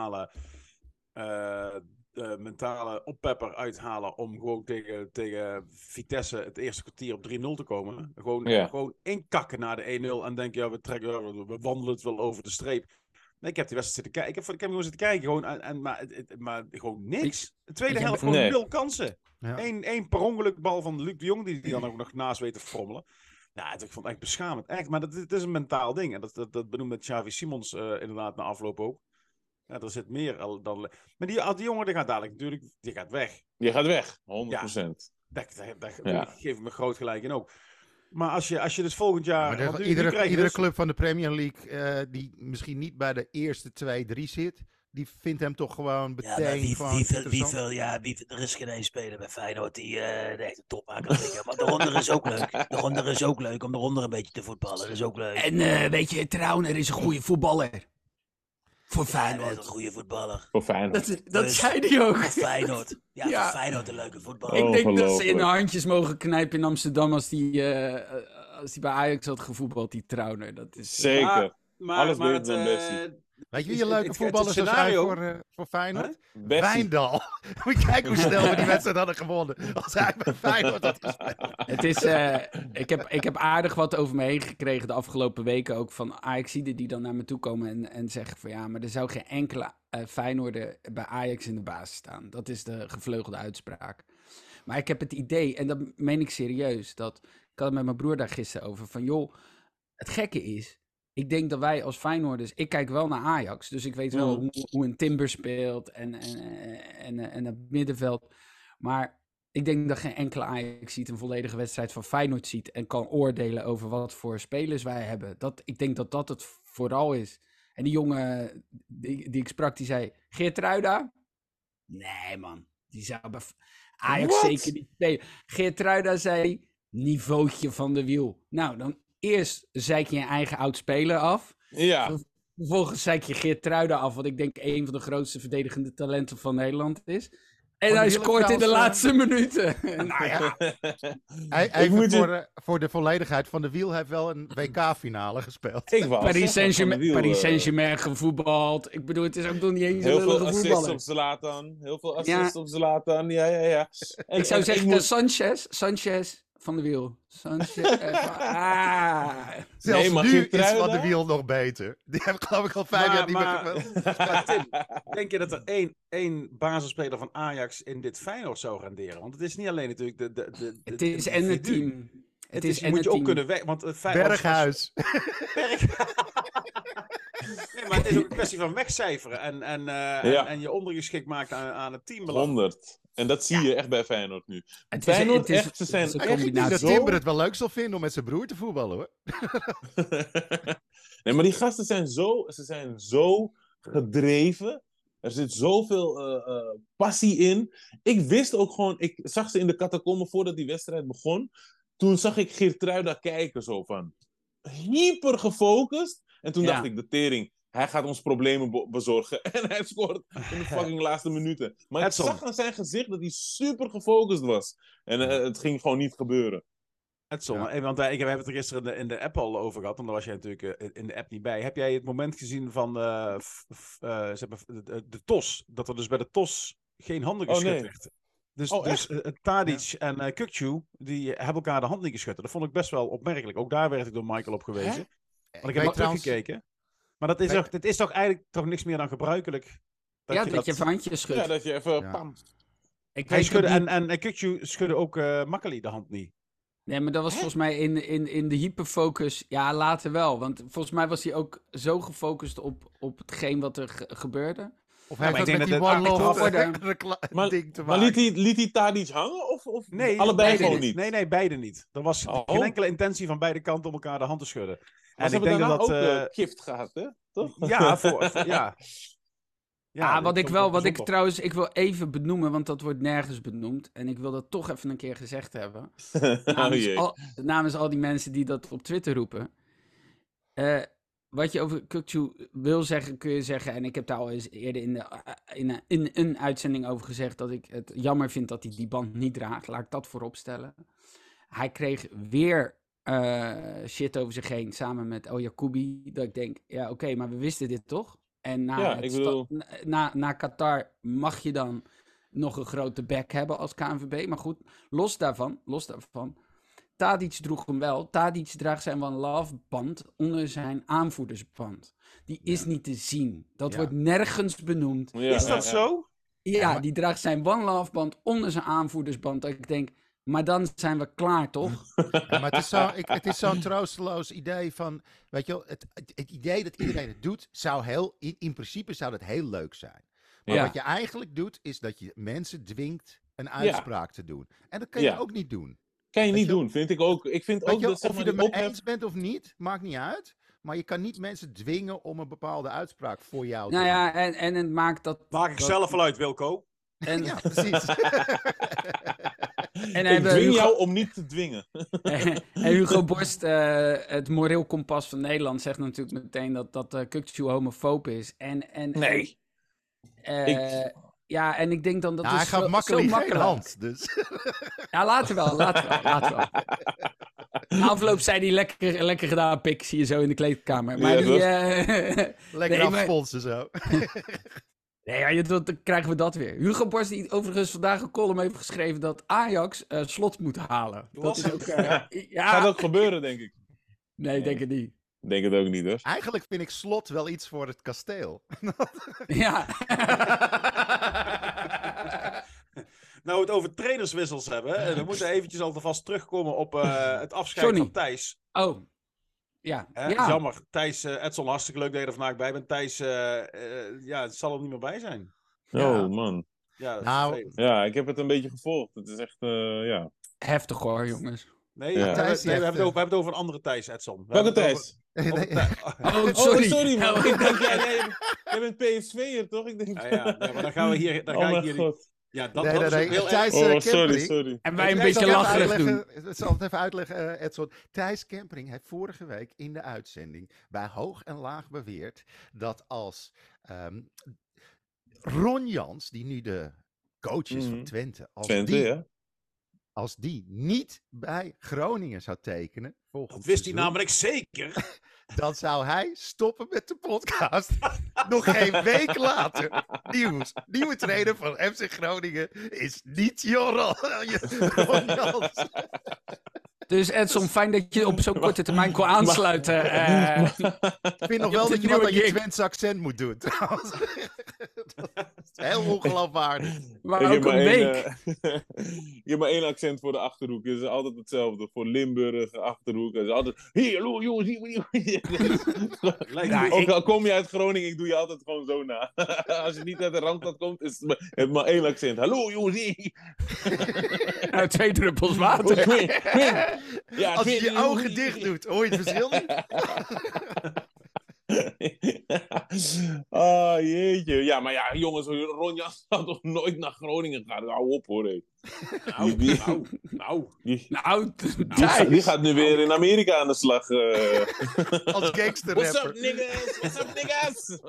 mentale oppepper uithalen om gewoon tegen Vitesse het eerste kwartier op 3-0 te komen. Gewoon inkakken naar de 1-0 en denken, ja, we wandelen het wel over de streep. Nee, ik heb die wedstrijd zitten kijken. Ik heb gewoon zitten kijken, gewoon, maar gewoon niks. De tweede helft gewoon Nee. 0 kansen. Ja. Eén per ongeluk bal van Luc de Jong, die dan ook nog naast weet te frommelen. Nou, ik vond het echt beschamend. Echt, maar het is een mentaal ding. En dat benoemde Xavi Simons inderdaad na afloop ook. Ja, er zit meer dan... Maar die jongen, die gaat dadelijk natuurlijk... Die gaat weg. Je gaat weg, 100%. Daar Ja. geef ik me groot gelijk in ook. Maar als je dus volgend jaar... Maar want nu iedere krijg je iedere dus- club van de Premier League die misschien niet bij de eerste 2, 3 zit, die vindt hem toch gewoon Ja, maar meteen gewoon interessant. er is geen één speler bij Feyenoord die de echte top aan kan tikken. Maar daaronder is ook leuk. Daaronder is ook leuk om daaronder een beetje te voetballen. Dat is ook leuk. En weet je, Trauner is een goede voetballer. Voor Feyenoord is Feyenoord. een goede voetballer. Voor Feyenoord. Dat Dus- zei hij ook. Voor Feyenoord. Ja, Ja. voor Feyenoord een leuke voetballer. Ik denk dat ze in Ongelooflijk. de handjes mogen knijpen in Amsterdam als die bij Ajax had gevoetbald, die Trauner. Dat is, Zeker. Maar Alles beter het, dan Bessie. Weet je wie het- een leuke het voetballer zou zijn scenario- voor Feyenoord? Bessie. Wijndal. Moet je kijken hoe snel we die wedstrijd hadden gewonnen. Als hij bij Feyenoord had gespeeld. Het is, ik heb aardig wat over me heen gekregen de afgelopen weken. Ook van Ajaxiden die dan naar me toe komen en zeggen van ja, maar er zou geen enkele Feyenoorder bij Ajax in de basis staan. Dat is de gevleugelde uitspraak. Maar ik heb het idee, en dat meen ik serieus, dat ik had het met mijn broer daar gisteren over, van joh, het gekke is, ik denk dat wij als Feyenoorders, ik kijk wel naar Ajax, dus ik weet wel hoe een Timber speelt en het middenveld. Maar ik denk dat geen enkele Ajax ziet een volledige wedstrijd van Feyenoord ziet en kan oordelen over wat voor spelers wij hebben. Ik denk dat dat het vooral is. En die jongen die ik sprak, die zei, Geertruida? Nee man, die zou bij Ajax zeker niet spelen. Geertruida zei, niveautje van de wiel. Nou, dan eerst zeik je je eigen oud-speler af. Ja. Vervolgens zeik je Geertruida af, wat ik denk een van de grootste verdedigende talenten van Nederland is. En hij scoort in de laatste minuten. Nou ja. Even voor de volledigheid van de Wiel heeft wel een WK-finale gespeeld. Paris Saint-Germain gevoetbald. Ik bedoel, het is ook nog niet eens heel een veel lullige voetballer. Heel veel assists op Zlatan. Ja. Ik zou zeggen Sanchez van de Wiel. Zelfs nu is Van de Wiel nog beter. Die heeft geloof ik al 5 jaar niet meer gespeeld. Tim, denk je dat er één basisspeler van Ajax in dit Feyenoord zou renderen? Want het is niet alleen natuurlijk het is en het team. Het is moet je ook kunnen weg. Want Berghuis. Nee, maar het is ook een kwestie van wegcijferen en je ondergeschikt maken aan het teambelang. 100. En dat zie je echt bij Feyenoord nu. Het Feyenoord echt, ze zijn echt niet dat Timber het wel leuk zal vinden om met zijn broer te voetballen, hoor. Nee, maar die gasten zijn zo gedreven. Er zit zoveel passie in. Ik wist ook gewoon, ik zag ze in de catacomben voordat die wedstrijd begon. Toen zag ik Geertruida kijken, zo van hyper gefocust. En toen dacht ik, de tering, hij gaat ons problemen bezorgen. En hij scoort in de fucking laatste minuten. Maar ik zag aan zijn gezicht dat hij super gefocust was. En het ging gewoon niet gebeuren. Edson, want we hebben het er gisteren in de app al over gehad. En daar was jij natuurlijk in de app niet bij. Heb jij het moment gezien van de TOS? Dat er dus bij de TOS geen handen geschud werd. Dus Tadic en Kukçu, die hebben elkaar de hand niet geschud. Dat vond ik best wel opmerkelijk. Ook daar werd ik door Michael op gewezen. Want ik heb nog teruggekeken. Maar dit is toch eigenlijk toch niks meer dan gebruikelijk? Dat je even handjes schudt. Ja, dat je even pam. Hij schudde, en Kukçu schudde ook Makkeli de hand niet. Nee, maar dat was volgens mij in de hyperfocus. Ja, later wel. Want volgens mij was hij ook zo gefocust op hetgeen wat er gebeurde. Of hij met die one-love ding te maken. Maar liet hij Tadic hangen? Of nee, allebei gewoon niet? Nee, beide niet. Er was geen enkele intentie van beide kanten om elkaar de hand te schudden. Maar en ze hebben daarna ook gift gehad, hè? Toch? Ja, Ja, ik wil even benoemen, want dat wordt nergens benoemd. En ik wil dat toch even een keer gezegd hebben. Namens al die mensen die dat op Twitter roepen. Wat je over Kukçu wil zeggen, kun je zeggen. En ik heb daar al eens eerder in een uitzending over gezegd dat ik het jammer vind dat hij die band niet draagt. Laat ik dat voorop stellen. Hij kreeg weer shit over zich heen samen met El Jacoubi. Dat ik denk, ja oké, maar we wisten dit toch? En na Qatar mag je dan nog een grote back hebben als KNVB. Maar goed, los daarvan. Tadic droeg hem wel. Tadic draagt zijn One Love band onder zijn aanvoerdersband. Die is niet te zien. Dat wordt nergens benoemd. Ja, is dat zo? Ja, die draagt zijn One Love band onder zijn aanvoerdersband. Dat ik denk, maar dan zijn we klaar, toch? Ja, maar het is zo'n troosteloos idee van, weet je wel, het idee dat iedereen het doet, in principe zou dat heel leuk zijn. Maar wat je eigenlijk doet, is dat je mensen dwingt een uitspraak te doen. En dat kan je ook niet doen. Kan je niet doen, vind ik ook. Ik vind ook dat, of je het mee eens bent of niet, maakt niet uit. Maar je kan niet mensen dwingen om een bepaalde uitspraak voor jou te doen. Nou ja, en het maakt dat... Maak ik zelf wel uit, Wilco. Ja, precies. Ik dwing jou om niet te dwingen. En Hugo Borst, het moreel kompas van Nederland, zegt natuurlijk meteen dat Kukçu homofoob is. Nee. Ja, en ik denk dan dat hij gaf makkelijk geen hand, dus. Ja, later wel. Na afloop zei hij lekker gedaan, pik, zie je zo in de kleedkamer. Maar lekker afsponsen zo. Nee, dan krijgen we dat weer. Hugo Borst, die overigens vandaag een column heeft geschreven dat Ajax Slot moet halen. Dat is ook, gaat ook gebeuren, denk ik. Nee, denk het niet. Denk het ook niet, hoor. Eigenlijk vind ik Slot wel iets voor het kasteel. Ja. nou het over trainerswissels hebben. En we moeten eventjes alvast terugkomen op het afscheid Johnny. van Thijs. Oh, ja. Hè? Ja. Jammer. Thijs, Edson, hartstikke leuk dat je er vandaag bij bent. Thijs zal er niet meer bij zijn. Ja. Oh, man. Ja, dat is Nou, vervelend. Ja, ik heb het een beetje gevolgd. Het is echt, ja. Heftig hoor, jongens. Nee, Ja. Thijs, we die hebben heeft, het over een andere Thijs, Edson. We Welke hebben het Thijs? Oh, Oh, sorry. sorry man. Oh, Ik dacht, jij bent PSV'er, toch? Ik denk... Ja, nee, maar dan gaan we hier... Dan Oh ga ik mijn hier god. ja, dat nee, is ook nee. heel erg. Thijs Oh, sorry, Kempering. sorry. En wij een Ik beetje zal het even lacherig doen. uitleggen- Ik zal het even uitleggen, Edson. Thijs Kempering heeft vorige week in de uitzending bij Hoog en Laag beweerd dat als Ron Jans, die nu de coach is van Mhm. Twente, Twente, ja. als die niet bij Groningen zou tekenen, volgend Dat wist hij seizoen, namelijk zeker. dan zou hij stoppen met de podcast. Nog geen week later. Nieuws. Nieuwe trainer van FC Groningen is niet Ron Jans. Dus Edson, fijn dat je op zo'n korte termijn kon aansluiten. Ik vind nog wel op de dat je wat aan je nieuwe gig. Twents accent moet doen, trouwens. Dat is heel ongeloofwaardig. Maar Ik ook heb maar een week. ik heb maar één accent voor de Achterhoek. Het is altijd hetzelfde. Voor Limburg, Achterhoek. Het is altijd... Hier, hallo jongens. Lijkt Ja, me. Ook al kom je uit Groningen, ik doe je altijd gewoon zo na. Als je niet uit de Randstad komt, is het maar één accent. Hallo jongens. Nou, 2 druppels water. Ja, Als je je ogen dicht doet, hoor je het verschil niet? Ah, jeetje. Ja, maar ja, jongens, Ron Jans had toch nooit naar Groningen gaan. Hou op, hoor. Hé. Nou, Die- nou. Nou, Die Thijs. gaat nu weer in Amerika aan de slag. Als gangster What's up, rapper. niggas? What's up, niggas?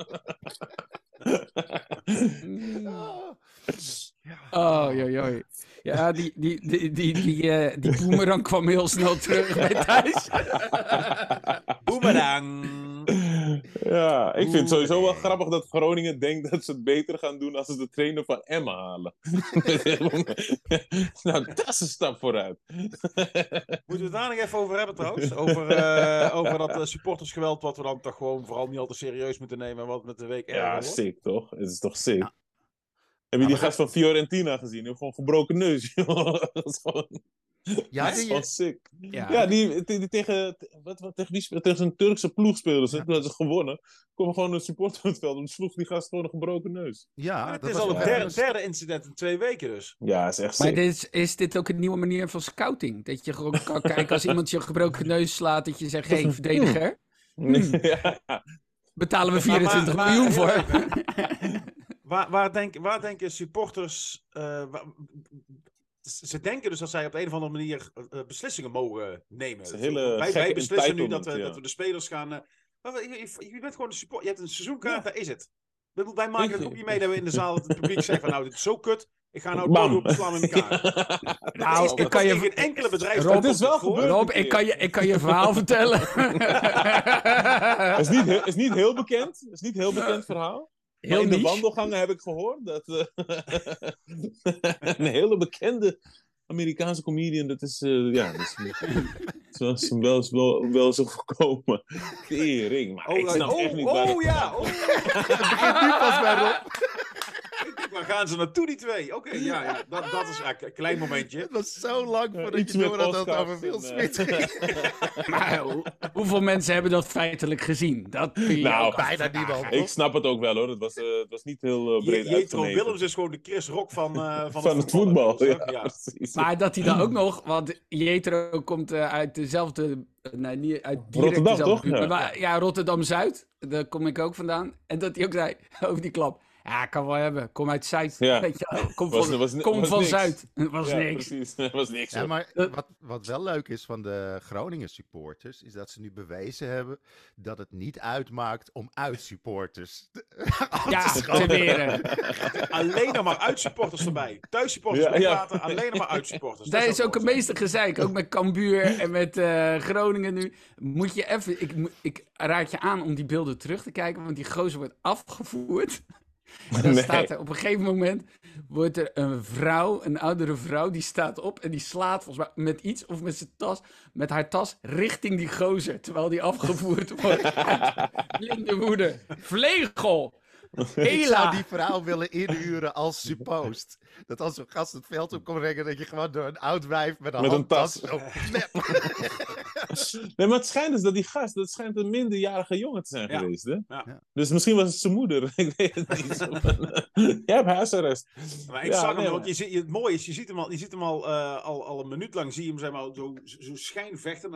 Oh, joi, joi. Ja, die boomerang kwam heel snel terug bij Thijs. Boemerang. Ja, ik vind het sowieso wel grappig dat Groningen denkt dat ze het beter gaan doen als ze de trainer van Emma halen. Nou, dat is een stap vooruit. Moeten we het daar nog even over hebben trouwens? Over dat supportersgeweld wat we dan toch gewoon vooral niet al te serieus moeten nemen. En wat met de week erger Ja, wordt. sick toch? Het is toch sick? Heb je die gast van Fiorentina gezien? Die heeft gewoon gebroken neus. joh. Dat is gewoon... Ja, dat is die- gewoon sick. Ja. Ja, die tegen, tegen wie speelde? Tegen zijn Turkse ploeg speelden ze. Ja. Toen hadden ze gewonnen. Kwam gewoon een supporter op het veld en sloeg die gast gewoon een gebroken neus. ja, Maar het dat is was al wel- het derde incident in 2 weken dus. Ja, is echt Maar sick. is dit ook een nieuwe manier van scouting? Dat je gewoon kan kijken als iemand je gebroken neus slaat, dat je zegt, hey, verdediger, Ja. betalen we 24 Maar- miljoen voor. Waar denken supporters... ze denken dus dat zij op de een of andere manier beslissingen mogen nemen. is een hele wij gekke beslissen nu dat entitlement, dat we de spelers gaan... maar je bent gewoon de support. Je hebt een seizoenkaart, Ja. daar is het. Wij maken Weet het je- ook niet mee dat we in de zaal het publiek zeggen van nou, dit is zo kut. Ik ga nou het Bam. podium slaan in elkaar. Nou, Dat is ik kan je- in geen enkele bedrijf. Rob, het is wel voor. gebeurd. Rob, ik kan je een verhaal vertellen. Het is niet heel bekend. Het is niet heel bekend verhaal. Maar Heel in de niche. wandelgangen heb ik gehoord dat een hele bekende Amerikaanse comedian, dat is, ja, dat is wel zo voorkomen. Tering, maar ik snap echt niet waar... ja. Nu pas bij Rob. Ik denk, waar gaan ze naartoe, die twee? Oké, ja. Dat is eigenlijk een klein momentje. Het was zo lang voordat iets je met door had dat het Oscars over Will en, Smith ging. Maar hoeveel mensen hebben dat feitelijk gezien? Dat kun je Nou, ook bijna afvragen. niemand. Ik snap het ook wel hoor, het was niet heel breed Jetro uitgemeten. Willems is gewoon de Chris Rock van Van het voetbal, Dus, ja, precies. Maar dat hij dan ook nog, want Jetro komt uit dezelfde, nee, niet uit direct Rotterdam, dezelfde toch? buurt, Ja. maar ja, Rotterdam-Zuid, daar kom ik ook vandaan. En dat hij ook zei, over die klap, ja, kan wel hebben, kom uit Zuid, Ja. weet je wel. Kom Was- van, was- kom was van niks. Zuid, het was Ja, niks. precies. Dat was niks. Ja, hoor. maar wat wel leuk is van de Groningen supporters, is dat ze nu bewezen hebben dat het niet uitmaakt om uitsupporters Ja, te weren. Alleen nog maar uitsupporters erbij. Thuissupporters Ja, ja. weglaten, alleen nog maar uitsupporters. Dat is ook wel het meeste gezeik, ook met Cambuur en met Groningen nu. Moet je even, ik raad je aan om die beelden terug te kijken, want die gozer wordt afgevoerd. En dan Nee. staat er op een gegeven moment, wordt er een vrouw, een oudere vrouw, die staat op en die slaat volgens mij met iets of met zijn tas, met haar tas richting die gozer, terwijl die afgevoerd wordt. Uit blinde woede. Vlegel! Ik Hela! zou die vrouw willen inhuren als suppost. Dat als zo'n gast het veld op komt rennen, dat je gewoon door een oud wijf met een Met een handtas tas. zo mep. Nee, maar het schijnt dus dat die gast, dat schijnt een minderjarige jongen te zijn Ja. geweest, hè? Ja. Dus misschien was het zijn moeder. Ik weet het niet. Zo van, jij hebt huisarrest. Maar ik Ja, zag hem, nee, want maar- het mooie is, je ziet hem al een minuut lang, zie je hem zeg maar, zo schijnvechten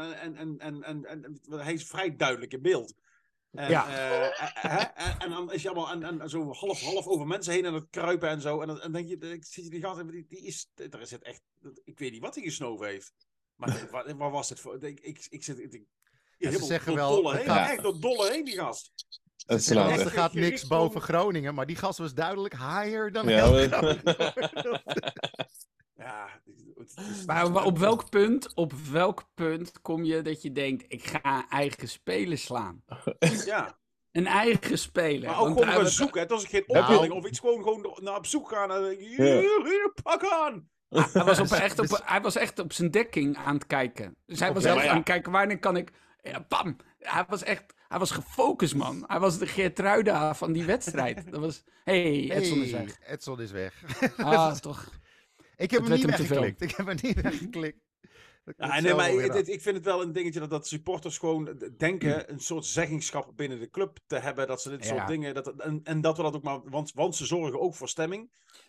en hij is vrij duidelijk in beeld. En, Ja. en dan is je allemaal en zo half over mensen heen aan het kruipen en zo. En dan denk je, ik zie die gast, er zit echt, ik weet niet wat hij gesnoven heeft. Maar waar was het voor? Ik zit... Ja, ze helemaal zeggen door wel, dolle het heen, gaat- echt door dolle heen, die gast. Het Ze slaat zeggen, weg. er gaat niks boven Groningen, maar die gast was duidelijk higher dan Ja, heel maar- Groningen. Ja, Maar op welk punt kom je dat je denkt, ik ga eigen spelen slaan? ja. Een eigen speler. Maar ook Want gewoon hij- gaan zoeken. Het was geen je- opwelling of iets. Gewoon naar op zoek gaan. En hier, pak aan. Hij was echt op zijn dekking aan het kijken. Dus hij was Ja, echt maar ja. aan het kijken, wanneer kan ik... Ja, bam! Hij was gefocust, man. Hij was de Geertruida van die wedstrijd. Dat was... Hey, Edson is weg. Edson is weg. Ah, toch. Ik heb Het hem niet werd hem te veel. weggeklikt. Ik heb hem niet weggeklikt. Ja, nee, maar ik vind het wel een dingetje dat supporters gewoon denken een soort zeggingschap binnen de club te hebben. Dat ze dit Ja. soort dingen... En dat we dat ook maar... Want ze zorgen ook voor stemming.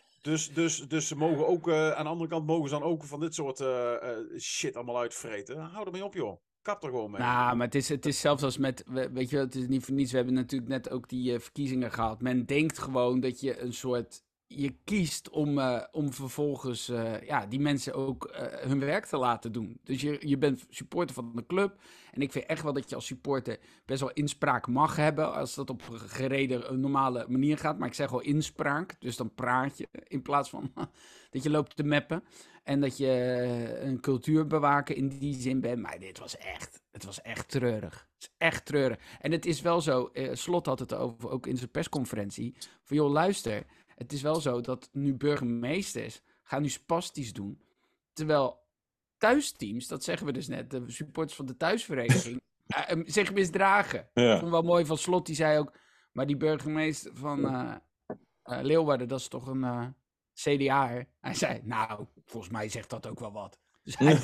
Dus ze mogen ook... aan de andere kant mogen ze dan ook van dit soort shit allemaal uitvreten. Hou ermee op, joh. Kap er gewoon mee. Nou, maar het is zelfs als met... Weet je, het is niet voor niets. We hebben natuurlijk net ook die verkiezingen gehad. Men denkt gewoon dat je een soort... Je kiest om vervolgens die mensen ook hun werk te laten doen. Dus je bent supporter van de club. En ik vind echt wel dat je als supporter best wel inspraak mag hebben. Als dat op een normale manier gaat. Maar ik zeg wel inspraak. Dus dan praat je in plaats van dat je loopt te meppen. En dat je een cultuurbewaker in die zin bent. Maar het was echt treurig. Het is echt treurig. En het is wel zo, Slot had het over, ook in zijn persconferentie. Van joh, luister... Het is wel zo dat nu burgemeesters gaan nu spastisch doen. Terwijl thuisteams, dat zeggen we dus net, de supporters van de thuisvereniging, zich misdragen. Ja. Ik vond wel mooi van Slot, die zei ook, maar die burgemeester van Leeuwarden, dat is toch een CDA'er? Hij zei, nou, volgens mij zegt dat ook wel wat. Dus hij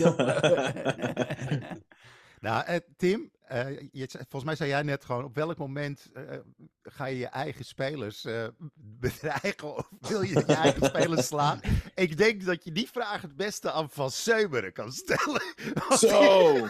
Nou, Tim, volgens mij zei jij net gewoon, op welk moment ga je je eigen spelers bedreigen of wil je je eigen spelers slaan? Ik denk dat je die vraag het beste aan Van Seumeren kan stellen. Want Zo!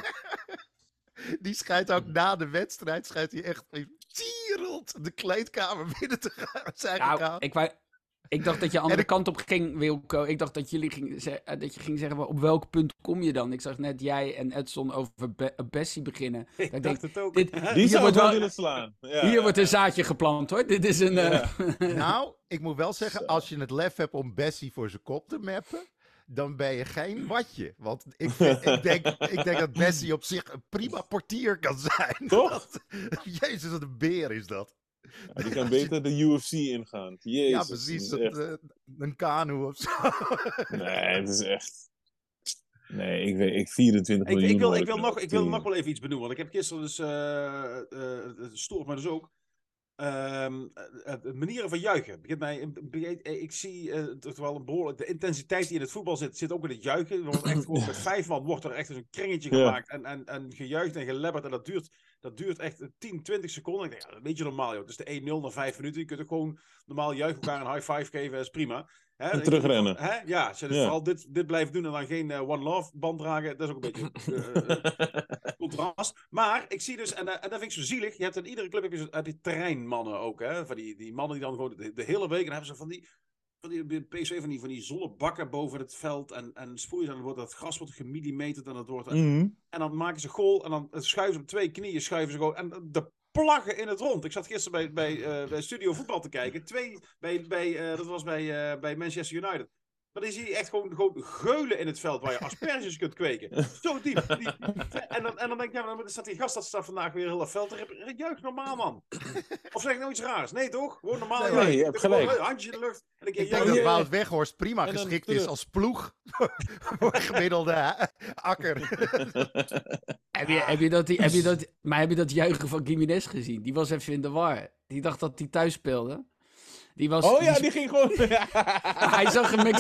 Die schijnt ook na de wedstrijd, schijnt hij echt tierend de kleedkamer binnen te gaan. Nou, ik dacht dat je andere kant op ging, Wilco. Ik dacht dat je ging zeggen, maar op welk punt kom je dan? Ik zag net jij en Edson over Bessie beginnen. Ik dacht het ook. Die hier zou wordt ik wel wel- willen slaan. Ja, Hier ja. wordt een zaadje geplant, hoor. Dit is een... Nou, ik moet wel zeggen, als je het lef hebt om Bessie voor zijn kop te mappen, dan ben je geen watje. Want ik denk dat Bessie op zich een prima portier kan zijn. Toch? Jezus, wat een beer is dat. Ja, die kan beter de UFC ingaan. Jezus. Ja, precies. dat is echt- Een kano of zo. Nee, het is echt... Nee, ik 24 miljoen. hoor Ik wil nog wel even iets benoemen. Want ik heb gisteren dus... het stoort me dus ook. Manieren van juichen. Ik zie toch wel een behoorlijk... De intensiteit die in het voetbal zit ook in het juichen. Er wordt echt gewoon met 5 man wordt er echt een kringetje Ja. gemaakt. En gejuicht en gelebberd. En dat duurt echt 10, 20 seconden. Ik denk, ja, dat is een beetje normaal, joh. Het is de 1-0 na 5 minuten. Je kunt ook gewoon normaal juichen, elkaar een high five geven. Dat is prima. Hè? En terugrennen. Hè? Ja, als je dus Ja. vooral dit blijft doen en dan geen One Love band dragen. Dat is ook een beetje contrast. Maar ik zie dus, en dat vind ik zo zielig. Je hebt in iedere club heb je terreinmannen ook. Hè? Van die mannen die dan gewoon de hele week... En dan hebben ze van die PSV van die zonnebakken boven het veld. En sproeien. En dan wordt dat gras gemillimeterd. En dat wordt... Mhm. En dan maken ze goal. En dan schuiven ze op 2 knieën. Schuiven ze gewoon. En de plaggen in het rond. Ik zat gisteren bij Studio Voetbal te kijken. Dat was bij Manchester United. Maar dan zie je echt gewoon geulen in het veld waar je asperges kunt kweken. Zo diep. En dan denk ik, ja, dan staat die gast dat staat vandaag weer heel het veld. Juich normaal, man. Of zeg ik nou iets raars? Nee, toch? Gewoon normaal. Nee, juichen. je hebt gelijk. Handje in de lucht. En Ik keer denk juichen. dat Wout Weghorst prima En dan geschikt terug. is als ploeg voor gemiddelde akker. Heb je dat juichen van Gimenez gezien? Die was even in de war. Die dacht dat hij thuis speelde. Die was, Oh ja, die ging gewoon... hij zag een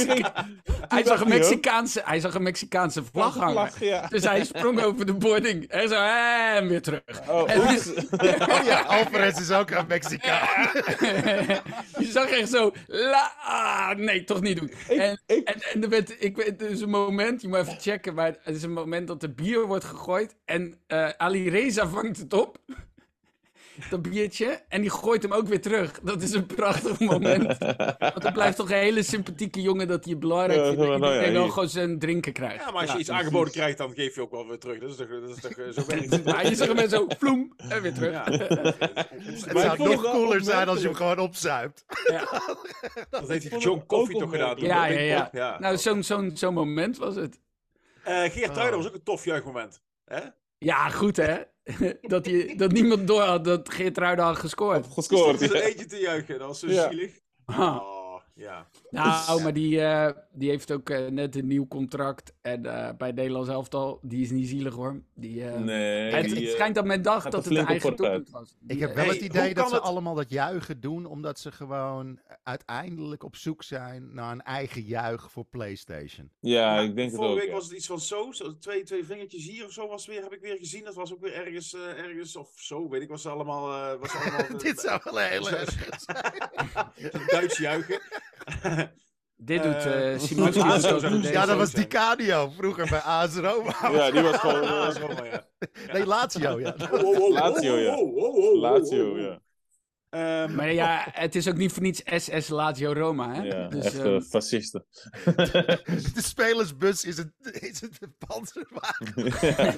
hij zag een Mexicaanse vlag hangen. Vlag, ja. Dus hij sprong over de boarding en zo, en weer terug. Oh, En- oeps. Oh ja, Alvarez is ook een Mexicaan. Je zag echt zo, nee, toch niet doen. En er werd, er is een moment, je moet even checken, maar het is een moment dat er bier wordt gegooid en Ali Reza vangt het op. Dat biertje. En die gooit hem ook weer terug. Dat is een prachtig moment. Want het blijft toch een hele sympathieke jongen dat hij het belangrijk vindt. Dat iedereen wel gewoon zijn drinken krijgt. Ja, maar als je iets aangeboden krijgt, dan geef je ook wel weer terug. Dat is toch zo werkt het. Ja, je zegt hem met zo, vloem, en weer terug. Ja. Het Maar zou ik vond nog het wel cooler zijn als je hem opmerkelijk. gewoon opzuipt. Dat heeft vond John het Coffee ook toch gedaan. toen Ja, met Big ja, Pop. ja. Nou, zo'n moment was het. Geert Ruijden was ook een tof juichmoment. Hè? Ja, goed hè. Dat niemand door had dat Geert Ruiden had gescoord. Gescoord. Stond er Ja. eentje te juichen. Dat was zo Ja. zielig. Ha. Oh, ja. Nou, maar die heeft ook net een nieuw contract. En bij Nederlands elftal, die is niet zielig hoor. Nee. Het die, schijnt dat men dacht gaat dat er het een flink op eigen vooruit. doelpunt was. Ik heb wel Hey, het idee hoe dat kan ze het- allemaal dat juichen doen, omdat ze gewoon uiteindelijk op zoek zijn naar een eigen juich voor PlayStation. Ja, Ja, ik denk het vorige ook. week Ja. was het iets van zo twee vingertjes hier of zo heb ik weer gezien. Dat was ook weer ergens of zo, weet ik, was allemaal... Dit zou wel heel erg Duits juichen. Dit doet Eh, Simonski Lazio ook zou zo. het Ja, dat was zijn. Dicadio vroeger bij AS Roma. Ja, die was gewoon... Ah, zo maar, ja. Nee, Lazio, ja. Lazio, ja. Lazio, ja. Maar ja, het is ook niet voor niets SS Lazio Roma, hè? Ja, Dus, echt fascisten. De spelersbus is een panzerwagen.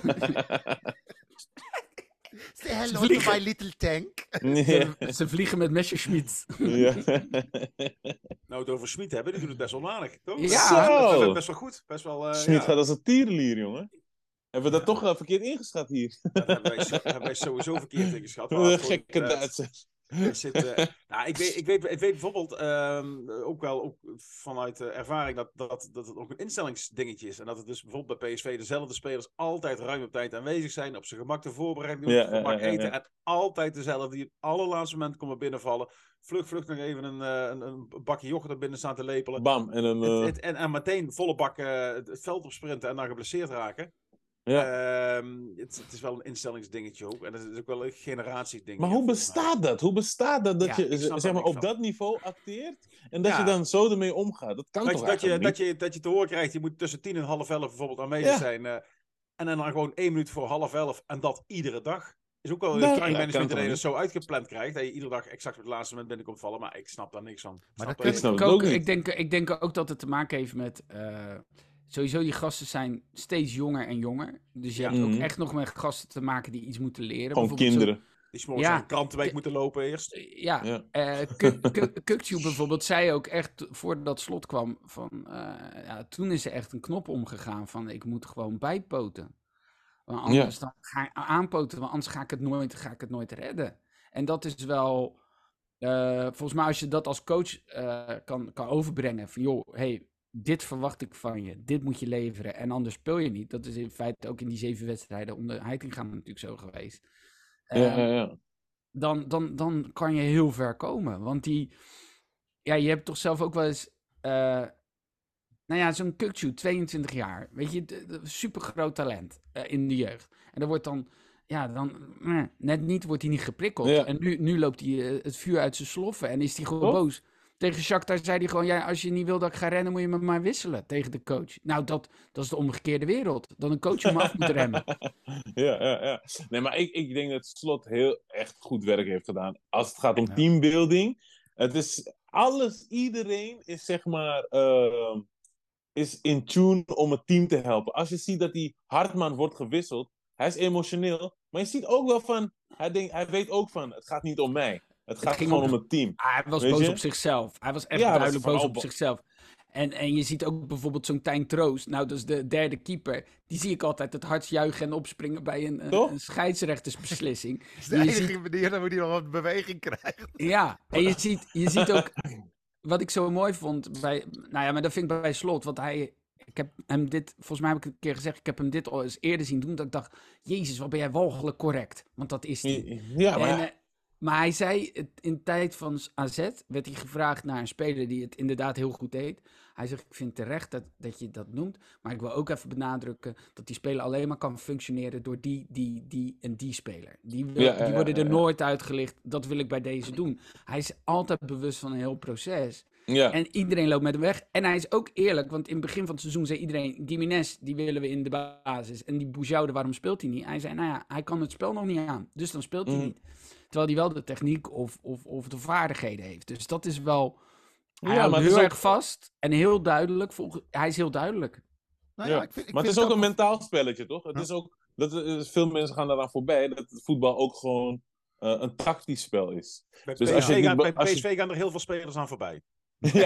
Say hello to vliegen. my little tank. Ja. ze vliegen met Messerschmitt. Ja. Nou, het over Schmid hebben, die doet het best wel aardig, toch? Ja. Zo. Best wel goed. Best wel, Schmid ja. gaat als een tierenlier, jongen. Hebben we dat toch verkeerd ingeschat hier? Dat hebben wij sowieso verkeerd ingeschat. De gekke Duitsers. Nou, ik weet bijvoorbeeld ook wel ook vanuit ervaring dat het ook een instellingsdingetje is. En dat het dus bijvoorbeeld bij PSV dezelfde spelers altijd ruim op tijd aanwezig zijn. Op zijn gemak de voorbereiding doen, Ja, op zijn gemak ja, ja, eten. ja. En altijd dezelfde die op het allerlaatste moment komen binnenvallen. Vlug nog even een bakje yoghurt er binnen staan te lepelen. Bam. En dan... En meteen volle bak het veld op sprinten en dan geblesseerd raken. ja. Het is wel een instellingsdingetje ook. En het is ook wel een generatieding. Maar hoe bestaat dat? Hoe bestaat dat Ja, je ik snap zeg er maar, niks op van. dat niveau acteert en dat Ja. je dan zo ermee omgaat? Dat kan toch Dat eigenlijk niet? je te horen krijgt, je moet tussen 10 en half 11 bijvoorbeeld aanwezig Ja. zijn. En dan gewoon 1 minuut voor half 11 en dat iedere dag. Is ook wel een Nee, time ja, management kan dat je toch dat zo uitgepland krijgt. Dat je iedere dag exact op het laatste moment binnenkomt vallen. Maar ik snap daar niks van. Maar dat Ik snap het ook niet. Ik denk ook dat het te maken heeft met... sowieso, die gasten zijn steeds jonger en jonger. Dus je hebt ook Mhm. echt nog met gasten te maken die iets moeten leren. Gewoon Bijvoorbeeld zo- kinderen. Die s'morgens Ja. naar een krantenweek moeten lopen eerst. Ja, Ja. Kukçu bijvoorbeeld zei ook echt, voordat Slot kwam, van, ja, toen is er echt een knop omgegaan van, ik moet gewoon bijpoten. Want anders dan ga ik aanpoten, want anders ga ik het nooit redden. En dat is wel, volgens mij als je dat als coach kan overbrengen, van joh, hey, dit verwacht ik van je, dit moet je leveren en anders speel je niet. Dat is in feite ook in die 7 wedstrijden onder Heitinga natuurlijk zo geweest. Ja. Dan kan je heel ver komen. Want je hebt toch zelf ook wel eens, nou ja, zo'n Kukçu, 22 jaar, weet je, super groot talent in de jeugd. En dan wordt dan, net niet, wordt hij niet geprikkeld. Ja. En nu loopt hij het vuur uit zijn sloffen en is hij gewoon Toch? boos. Tegen Shakhtar zei hij gewoon, ja, als je niet wil dat ik ga rennen, moet je met mij wisselen tegen de coach. Nou, dat is de omgekeerde wereld. Dan een coach hem af moet remmen. Ja. Nee, maar ik denk dat Slot heel echt goed werk heeft gedaan. Als het gaat om teambuilding. Het is alles, iedereen is zeg maar... is in tune om het team te helpen. Als je ziet dat die Hartman wordt gewisseld, hij is emotioneel, maar je ziet ook wel van, hij weet ook van, het gaat niet om mij. Het gaat ging gewoon om- om het team. Hij was Weet boos je? op zichzelf. Hij was echt Ja, hij was duidelijk boos vooral op zichzelf. En je ziet ook bijvoorbeeld zo'n Tijn Troost. Nou, dat is de derde keeper. Die zie ik altijd het hardst juichen en opspringen bij Toch? een scheidsrechtersbeslissing. Dat is de Je enige ziet- manier dat hij nog wat beweging krijgt. Ja, en je ziet ook... Wat ik zo mooi vond bij... Nou ja, maar dat vind ik bij Slot. Want ik heb hem dit... Volgens mij heb ik een keer gezegd... Ik heb hem dit al eens eerder zien doen. Dat ik dacht... Jezus, wat ben jij walgelijk correct. Want dat is hij. Ja, maar En, Maar hij zei, in de tijd van AZ werd hij gevraagd naar een speler die het inderdaad heel goed deed. Hij zegt, ik vind terecht dat je dat noemt. Maar ik wil ook even benadrukken dat die speler alleen maar kan functioneren door die en die speler. Die worden er nooit uitgelicht. Dat wil ik bij deze doen. Hij is altijd bewust van een heel proces. Ja. En iedereen loopt met hem weg. En hij is ook eerlijk, want in het begin van het seizoen zei iedereen... Gimenez, die willen we in de basis. En die Boujoude, waarom speelt hij niet? Hij zei, nou ja, hij kan het spel nog niet aan. Dus dan speelt hij niet. Terwijl hij wel de techniek of de vaardigheden heeft. Dus dat is wel... Hij houdt heel erg vast en heel duidelijk. Hij is heel duidelijk. Nou ja, maar het is ook een mentaal spelletje, toch? Het is ook... veel mensen gaan daaraan voorbij dat het voetbal ook gewoon een tactisch spel is. Bij Dus PSV gaan er heel veel spelers aan voorbij. Ja.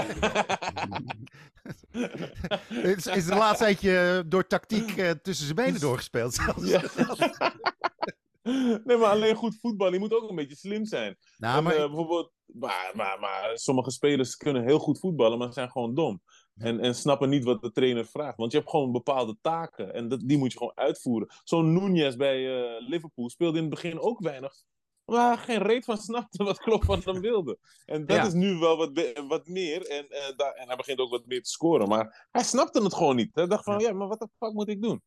Is de laatste eentje door tactiek tussen zijn benen doorgespeeld zelfs. Ja. Nee, maar alleen goed voetbal. Je moet ook een beetje slim zijn. Nou, maar... bijvoorbeeld, maar sommige spelers kunnen heel goed voetballen, maar zijn gewoon dom. En snappen niet wat de trainer vraagt. Want je hebt gewoon bepaalde taken. En die moet je gewoon uitvoeren. Zo'n Núñez bij Liverpool speelde in het begin ook weinig. Maar geen reet van snapte wat Klopp van hem wilde. En dat is nu wel wat meer. En hij begint ook wat meer te scoren. Maar hij snapte het gewoon niet. Hij dacht van, maar wat de fuck moet ik doen?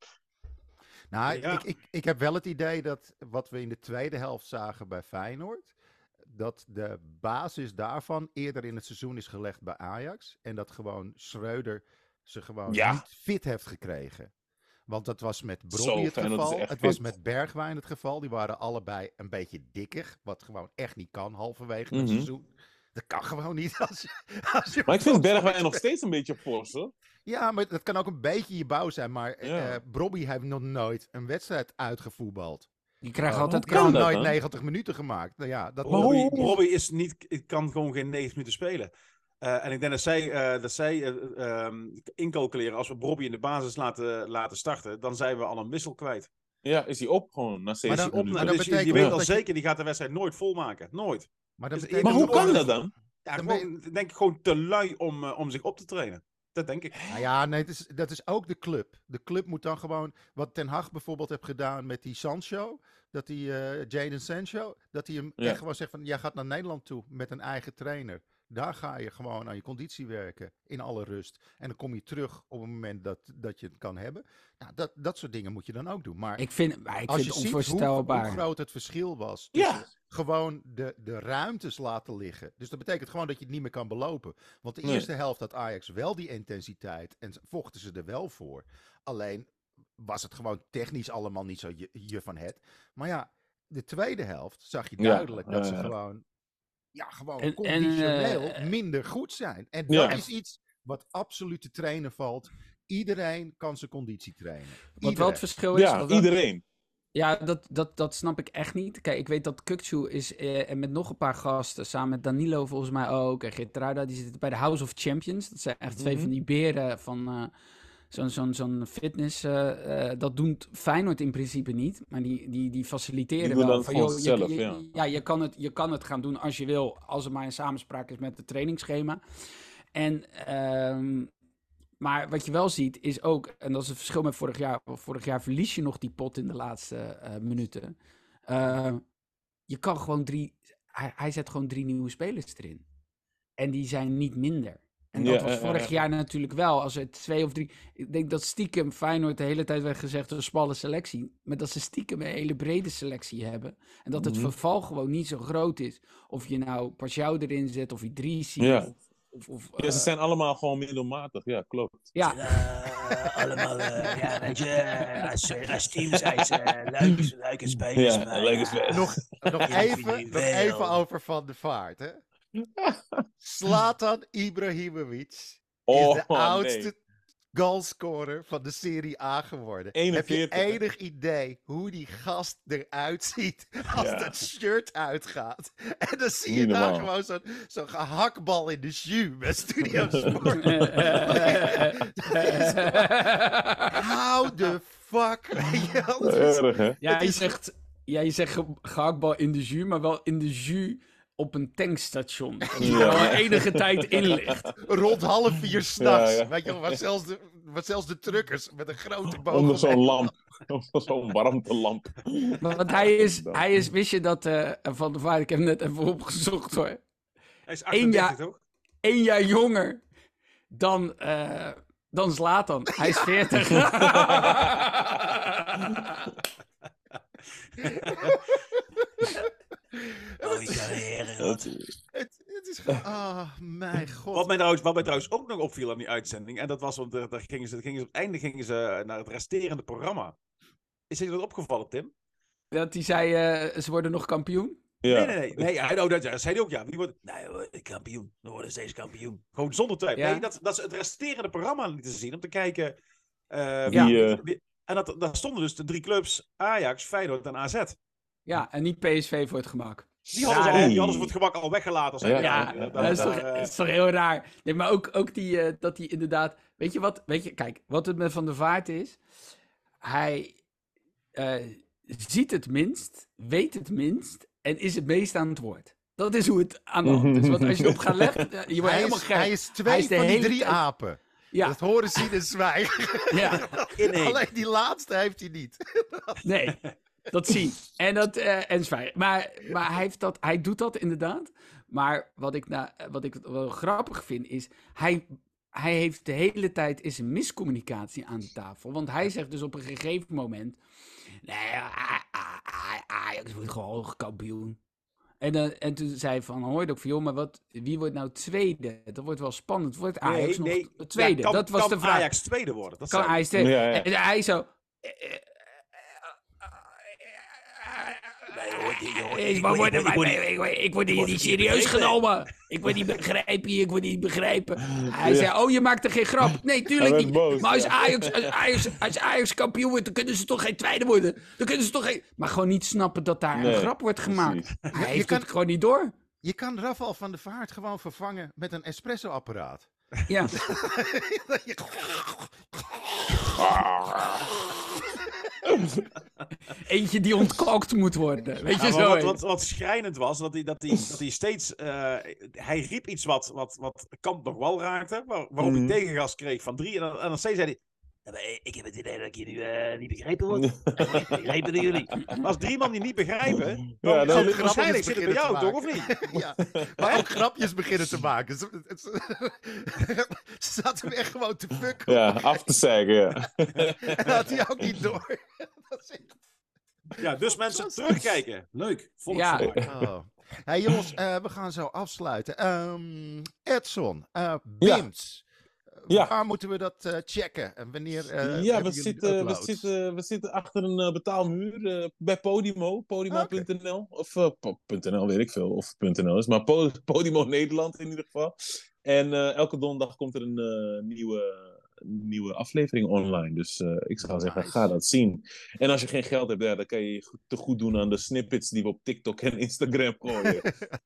Nou, ik heb wel het idee dat wat we in de tweede helft zagen bij Feyenoord... dat de basis daarvan eerder in het seizoen is gelegd bij Ajax. En dat gewoon Schreuder ze gewoon niet fit heeft gekregen. Want dat was met Brobby het geval. Het was met Bergwijn het geval. Die waren allebei een beetje dikker. Wat gewoon echt niet kan halverwege het seizoen. Dat kan gewoon niet. Als je maar ik vind Bergwijn nog steeds een beetje fors, hoor. Ja, maar dat kan ook een beetje je bouw zijn. Maar Brobby heeft nog nooit een wedstrijd uitgevoetbald. Die krijgt altijd kan nooit 90 minuten gemaakt. Nou ja, Brobby kan gewoon geen 90 minuten spelen. En ik denk dat zij incalculeren, als we Brobby in de basis laten starten, dan zijn we al een wissel kwijt. Ja, is hij op gewoon na 70 minuten. Dus je weet al zeker, die gaat de wedstrijd nooit volmaken. Nooit. Maar hoe kan dat dan? Ja, denk ik gewoon te lui om zich op te trainen. Dat denk ik. Nou ja, nee, dat is ook de club. De club moet dan gewoon, wat Ten Hag bijvoorbeeld heeft gedaan met die Sancho, dat die Jadon Sancho, dat hij hem echt gewoon zegt van, jij gaat naar Nederland toe met een eigen trainer. Daar ga je gewoon aan je conditie werken, in alle rust. En dan kom je terug op het moment dat je het kan hebben. Nou, dat soort dingen moet je dan ook doen. Maar ik vind het onvoorstelbaar. Hoe groot het verschil was tussen gewoon de ruimtes laten liggen. Dus dat betekent gewoon dat je het niet meer kan belopen. Want de eerste helft had Ajax wel die intensiteit en vochten ze er wel voor. Alleen was het gewoon technisch allemaal niet zo je van het. Maar ja, de tweede helft zag je duidelijk dat ze gewoon conditioneel minder goed zijn. En dat is iets wat absoluut te trainen valt. Iedereen kan zijn conditie trainen. Wat wel het verschil is... Ja, iedereen. Ja, dat snap ik echt niet. Kijk, ik weet dat Kukçu is, en met nog een paar gasten, samen met Danilo volgens mij ook, en Geertruida, die zitten bij de House of Champions. Dat zijn echt twee van die beren van zo'n fitness. Dat doet Feyenoord in principe niet, maar die faciliteren die wel. Je kan het gaan doen als je wil, als er maar een samenspraak is met het trainingsschema. En... Maar wat je wel ziet is ook, en dat is het verschil met vorig jaar. Vorig jaar verlies je nog die pot in de laatste minuten. Je kan gewoon hij zet gewoon 3 nieuwe spelers erin. En die zijn niet minder. En dat was vorig jaar natuurlijk wel. Als er 2 of 3... Ik denk dat stiekem Feyenoord de hele tijd werd gezegd een smalle selectie. Maar dat ze stiekem een hele brede selectie hebben. En dat het verval gewoon niet zo groot is. Of je nou Pashao erin zet, of Idrissi. Ja. Ze zijn allemaal gewoon middelmatig. Ja, klopt. Ja. Allemaal, weet je, als team zijn ze leuke spelers. Ja, maar, leuke spelers. Nog even over Van der Vaart, hè. Zlatan Ibrahimovic is de oudste goalscorer van de Serie A geworden. 41, heb je enig idee hoe die gast eruit ziet als dat shirt uitgaat? En dan zie je daar gewoon zo'n gehaktbal in de jus met Studio Sport. How the fuck? Erg, hè? Ja, je zegt gehaktbal in de jus, maar wel in de jus op een tankstation. Dat hij er al enige tijd in ligt. Rond 3:30 s'nachts. Ja. Weet je wel, waar zelfs de truckers met een grote boog... Onder zo'n lamp. Onder zo'n warmtelamp. Want hij is, wist je dat Van der Vaart, ik heb hem net even opgezocht hoor. Hij is 1 38, jaar, toch? 1 jaar jonger dan Zlatan. Hij is 40. Oh, je carrière. Het is gewoon... Oh, mijn god. Wat mij trouwens ook nog opviel aan die uitzending, en dat was, want daar gingen ze op het einde naar het resterende programma. Is je dat opgevallen, Tim? Dat hij zei, ze worden nog kampioen. Ja. Nee, dat zei hij ook, ja. Wie wordt... Nee, we worden kampioen. We worden steeds kampioen. Gewoon zonder twijfel. Ja. Nee, dat ze het resterende programma lieten zien, om te kijken... En daar stonden dus de 3 clubs, Ajax, Feyenoord en AZ. Ja, en niet PSV voor het gemak. Die hadden ze voor het gemak al weggelaten. Ja. Dat is toch heel raar. Nee, maar ook dat hij inderdaad... Weet je, kijk, wat het met Van der Vaart is... Hij ziet het minst, weet het minst en is het meest aan het woord. Dat is hoe het aan de hand is. Want als je erop gaat leggen, je wordt helemaal gek. Hij is 2 de van die hele 3 tijd- apen. Ja, Dat horen, zien en zwijgen. ja, Alleen die laatste heeft hij niet. nee, dat zie je. En zwijgen. Maar hij doet dat inderdaad. Maar wat ik wel grappig vind is, hij heeft de hele tijd is een miscommunicatie aan de tafel. Want hij zegt dus op een gegeven moment, nee, Ajax wordt gewoon kampioen. En toen zei hij van, hoor je ook van, joh, maar wie wordt nou tweede? Dat wordt wel spannend. Wordt Ajax nog tweede? Ja, dat was kan de vraag. Ajax tweede worden? Dat Kan zei hij. Ajax tweede? Ja. En hij zo... Ik word hier niet serieus genomen. Ik word niet begrepen. Hij zei, oh, je maakt er geen grap. Nee, tuurlijk Hij niet. werd boos, Maar ja. als Ajax kampioen wordt, dan kunnen ze toch geen tweede worden. Dan kunnen ze toch geen... Maar gewoon niet snappen dat daar een grap wordt gemaakt. precies. Hij heeft het gewoon niet door. Je kan Rafael van der Vaart gewoon vervangen met een espresso-apparaat. Ja. Eentje die ontkalkt moet worden. Weet je Ja, zo. maar wat schrijnend was, dat hij steeds... hij riep iets wat Kamp nog wel raakte, waarop hij tegengas kreeg van 3. En dan steeds zei hij... Ja, maar ik heb het idee dat ik hier nu niet begrepen word. Niet begrepen door jullie. Maar als 3 man die niet begrijpen, Ja, dan- waarschijnlijk zit het bij jou, toch, of niet? Ja, maar ook grapjes beginnen te maken. Ze zat hem echt gewoon te fucken. Ja, af te zeggen, ja. En had hij ook niet door. Dat is echt... Ja, dus mensen terugkijken. Leuk. Ja. Oh. Hey jongens, we gaan zo afsluiten. Edson, Bims. Ja. Waar moeten we dat checken? En wanneer Ja, hebben jullie de uploads? we zitten achter een betaalmuur bij Podimo. Podimo.nl. Of .nl, weet ik veel of het .nl is. Maar Podimo Nederland in ieder geval. En elke donderdag komt er een nieuwe aflevering online. Dus ik zou zeggen, ga dat zien. En als je geen geld hebt, dan kan je te goed doen aan de snippets die we op TikTok en Instagram gooien.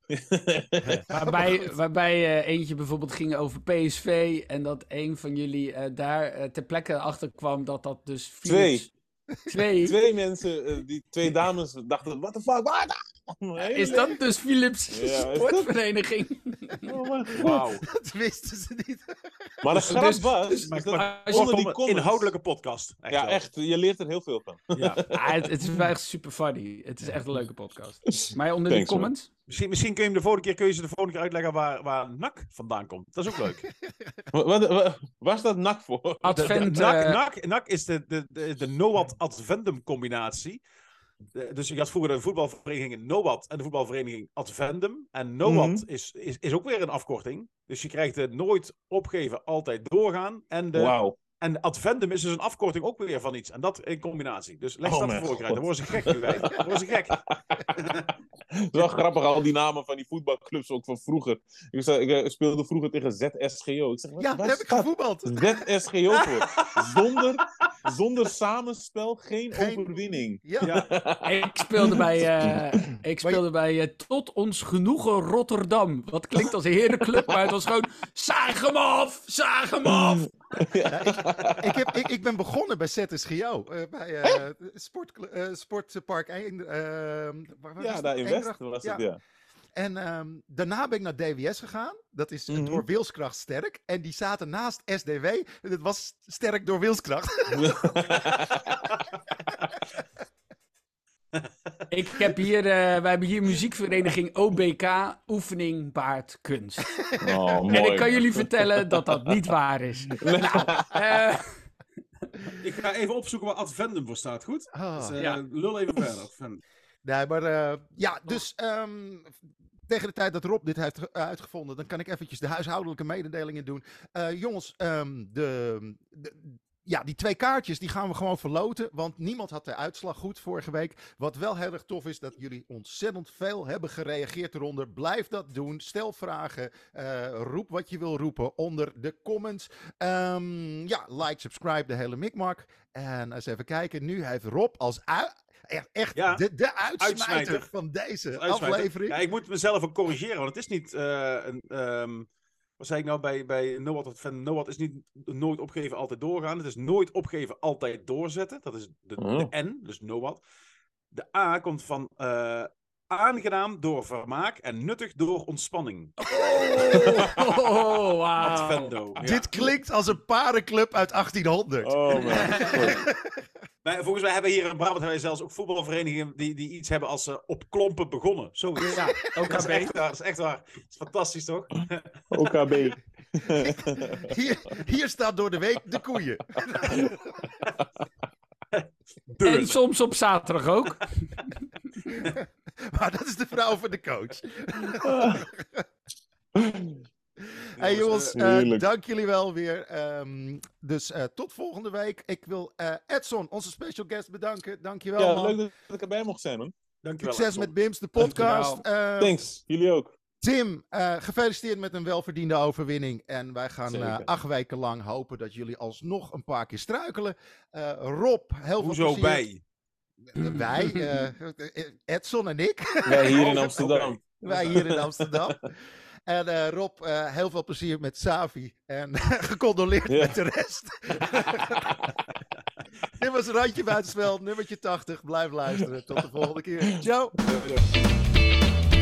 Waarbij eentje bijvoorbeeld ging over PSV en dat een van jullie daar ter plekke achter kwam dat dus... Twee. Twee mensen, die 2 dames dachten, what the fuck, wat? Is dat dus Philips Ja, is sportvereniging? Oh mijn god. Wauw. Dat wisten ze niet. Maar de grap was, is dat onder die Een comments... inhoudelijke podcast. Echt Ja, wel. echt, je leert er heel veel van. Ja. Het is wel echt super funny. Het is echt een leuke podcast. Maar onder Thanks, de comments? Misschien kun je ze de volgende keer uitleggen waar NAC vandaan komt. Dat is ook leuk. Waar staat NAC voor? Advent. NAC is de NOAD Advendum combinatie. Dus je had vroeger de voetbalvereniging NOAD en de voetbalvereniging Advendum. En NOAD is ook weer een afkorting. Dus je krijgt het nooit opgeven, altijd doorgaan. Wauw. En Advendum is dus een afkorting ook weer van iets. En dat in combinatie. Dus leg Oh dat mijn ervoor krijgen. God. Dan worden ze gek. Dan worden ze gek. Het is wel grappig, al die namen van die voetbalclubs ook van vroeger. Ik speelde vroeger tegen ZSGO. Ik zeg, Ja, waar daar heb ik staat gevoetbald. ZSGO voor? Zonder samenspel geen overwinning. Ja. Ik speelde bij Tot Ons Genoegen Rotterdam. Wat klinkt als een herenclub, maar het was gewoon... Zaag hem af! Zaag hem af! Ik ben begonnen bij ZSGO. Bij Sportpark Ja, daar in West was het, ja. En daarna ben ik naar DWS gegaan. Dat is door wilskracht sterk. En die zaten naast SDW. En het was sterk door wilskracht. Wij hebben hier muziekvereniging OBK, oefening baart kunst. Oh, mooi. En ik kan jullie vertellen dat dat niet waar is. Nou, Ik ga even opzoeken waar Advendum voor staat, goed? Oh. Dus, Ja. lul even verder. Advendum. Nee, maar dus tegen de tijd dat Rob dit heeft uitgevonden, dan kan ik eventjes de huishoudelijke mededelingen doen. Jongens, die 2 kaartjes die gaan we gewoon verloten, want niemand had de uitslag goed vorige week. Wat wel heel erg tof is, dat jullie ontzettend veel hebben gereageerd eronder. Blijf dat doen, stel vragen, roep wat je wil roepen onder de comments. Like, subscribe, de hele mikmak. En eens even kijken, nu heeft Rob als echt de uitsmijter van deze aflevering. Ja, ik moet mezelf ook corrigeren, want het is niet wat zei ik nou bij Noord is niet nooit opgeven, altijd doorgaan. Het is nooit opgeven, altijd doorzetten. Dat is de N, dus Noord. De A komt van aangenaam door vermaak en nuttig door ontspanning. wow. Advendo. Ja. Dit klinkt als een parenclub uit 1800. Oh man. Volgens mij hebben hier in Brabant hebben wij zelfs ook voetbalverenigingen die iets hebben als op klompen begonnen. Zoiets. Ja, Dat is echt waar. Dat is echt waar. Dat is fantastisch, toch? OKB. Hier staat door de week de koeien. en soms op zaterdag ook. Maar dat is de vrouw van de coach. Hey jongens, dank jullie wel weer. Dus tot volgende week. Ik wil Edson, onze special guest, bedanken. Dankjewel, Ja, man. leuk dat ik erbij mocht zijn, man. Dankjewel. Succes met Bims, de podcast. Thanks, jullie ook. Tim, gefeliciteerd met een welverdiende overwinning. En wij gaan Zeker. 8 weken lang hopen dat jullie alsnog een paar keer struikelen. Rob, heel veel Hoezo plezier. bij? Wij, Edson en ik. Wij hier in Amsterdam. Wij hier in Amsterdam. En Rob, heel veel plezier met Savi. En gecondoleerd met de rest. Dit was Randje Buitenspel, nummertje 80. Blijf luisteren. Tot de volgende keer. Ciao.